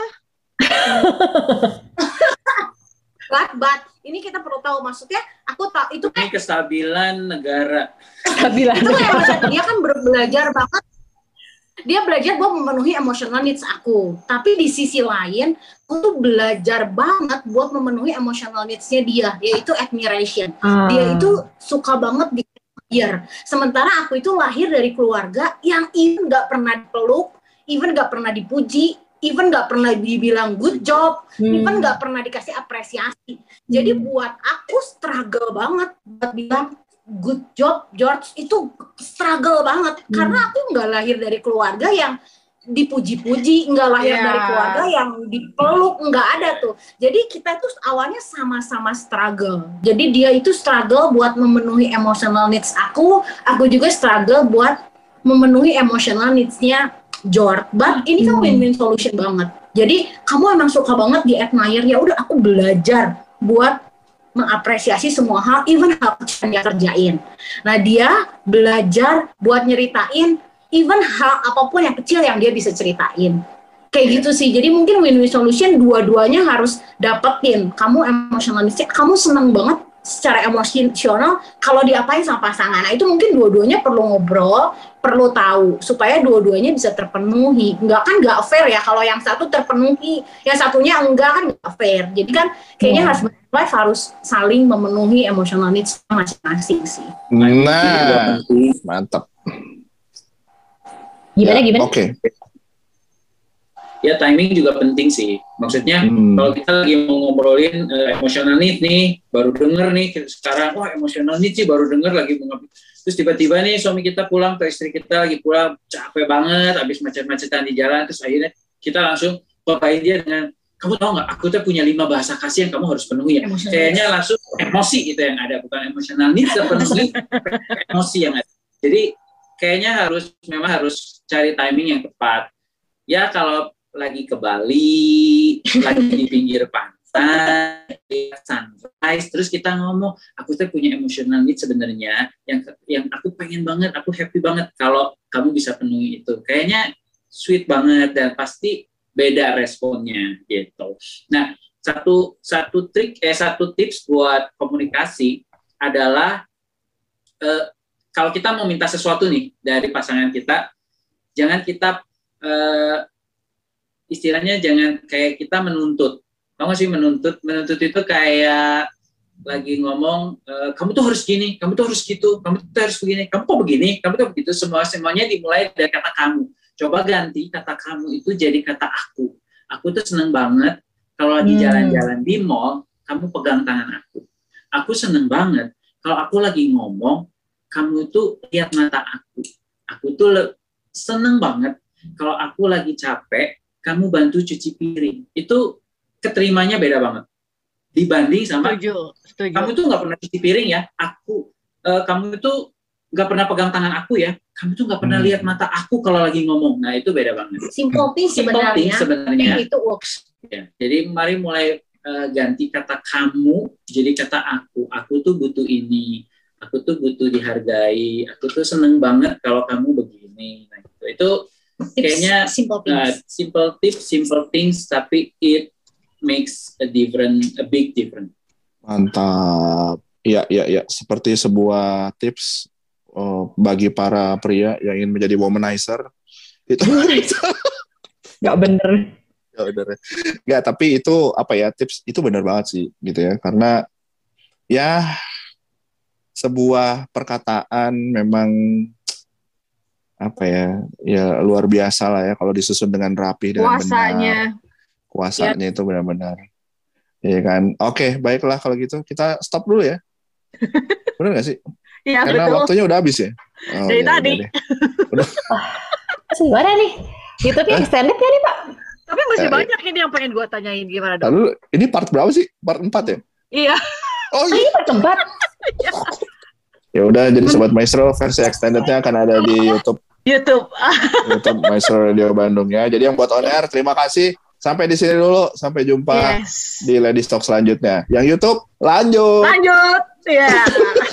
but ini kita perlu tahu, maksudnya aku tahu itu kan kestabilan negara. Itu kayak dia kan belajar banget. Dia belajar buat memenuhi emotional needs aku. Tapi di sisi lain, aku tuh belajar banget buat memenuhi emotional needs-nya dia, yaitu admiration. Dia itu suka banget di-admire. Sementara aku itu lahir dari keluarga yang even gak pernah dipeluk, even gak pernah dipuji, even gak pernah dibilang good job, even gak pernah dikasih apresiasi. Jadi buat aku struggle banget buat bilang, good job George, itu struggle banget karena aku nggak lahir dari keluarga yang dipuji-puji, nggak lahir dari keluarga yang dipeluk, nggak ada tuh. Jadi kita tuh awalnya sama-sama struggle. Jadi dia itu struggle buat memenuhi emotional needs aku juga struggle buat memenuhi emotional needs-nya George. But ini kan win-win solution banget. Jadi kamu emang suka banget di admire, ya udah aku belajar buat mengapresiasi semua hal, even hal kecil yang dia kerjain. Nah dia belajar buat nyeritain even hal apapun yang kecil yang dia bisa ceritain. Kayak gitu sih. Jadi mungkin win-win solution dua-duanya harus dapetin. Kamu emosionalisnya, kamu seneng banget secara emosional kalau diapain sama pasangan. Nah itu mungkin dua-duanya perlu ngobrol, perlu tahu supaya dua-duanya bisa terpenuhi. Nggak fair ya kalau yang satu terpenuhi, yang satunya enggak, kan nggak fair. Jadi kan kayaknya harus saling memenuhi emotional needs masing-masing sih. Nah, mantap. Gimana? Oke. Ya timing juga penting sih. Maksudnya kalau kita lagi mau ngobrolin emotional need nih, baru denger nih sekarang, wah emotional need sih baru denger lagi mau terus tiba-tiba nih suami kita pulang atau istri kita lagi pulang capek banget, habis macet-macetan di jalan, terus akhirnya kita langsung kotain dia dengan, kamu tahu nggak, aku tuh punya 5 bahasa kasih yang kamu harus penuhi ya. Kayaknya langsung emosi itu yang ada, bukan emotional need terpenuhi, emosi yang ada. Jadi kayaknya memang harus cari timing yang tepat. Ya kalau lagi ke Bali, lagi di pinggir pantai, sunrise, terus kita ngomong, aku tuh punya emotional need sebenarnya, yang aku pengen banget, aku happy banget kalau kamu bisa penuhi itu. Kayaknya sweet banget dan pasti beda responnya gitu. Nah, satu tips buat komunikasi adalah kalau kita mau minta sesuatu nih dari pasangan kita, jangan kita istilahnya jangan kayak kita menuntut. Tahu nggak sih menuntut? Menuntut itu kayak lagi ngomong, kamu tuh harus gini, kamu tuh harus gitu, kamu tuh harus begini, kamu kok begini, kamu tuh begitu. Semuanya dimulai dari kata kamu. Coba ganti kata kamu itu jadi kata aku. Aku tuh seneng banget kalau lagi jalan-jalan di mall, kamu pegang tangan aku. Aku seneng banget kalau aku lagi ngomong, kamu tuh lihat mata aku. Aku tuh seneng banget kalau aku lagi capek, kamu bantu cuci piring. Itu keterimanya beda banget dibanding sama setuju. Kamu tuh nggak pernah cuci piring ya, kamu itu nggak pernah pegang tangan aku ya, kamu tuh nggak pernah lihat mata aku kalau lagi ngomong. Nah itu beda banget. Simple things sebenarnya itu works. Ya, jadi mari mulai ganti kata kamu jadi kata aku. Aku tuh butuh ini, aku tuh butuh dihargai, aku tuh seneng banget kalau kamu begini. Nah itu kayaknya simple tips, simple things, tapi it makes a big difference. Mantap. Ya. Seperti sebuah tips bagi para pria yang ingin menjadi womanizer. Itu nggak bener. Nggak, tapi itu tips itu benar banget sih gitu ya, karena ya sebuah perkataan memang ya luar biasa lah ya kalau disusun dengan rapi dengan kuasanya itu benar-benar ya kan. Oke, baiklah kalau gitu kita stop dulu ya. Benar nggak sih? Iya, karena betul. waktunya udah habis ya. Dari tadi. Gimana nih? YouTube-nya extended ya nih Pak? Tapi masih banyak ini yang pengen gue tanyain, gimana dong? Lalu ini part berapa sih? Part 4 ya? Iya. Oh iya. Ini part keempat. Ya udah, jadi Sobat Maestro versi extendednya akan ada di YouTube Maestro Radio Bandung ya. Jadi yang buat on air, terima kasih. Sampai di sini dulu. Sampai jumpa di Ladies Talk selanjutnya. Yang YouTube lanjut. Ya.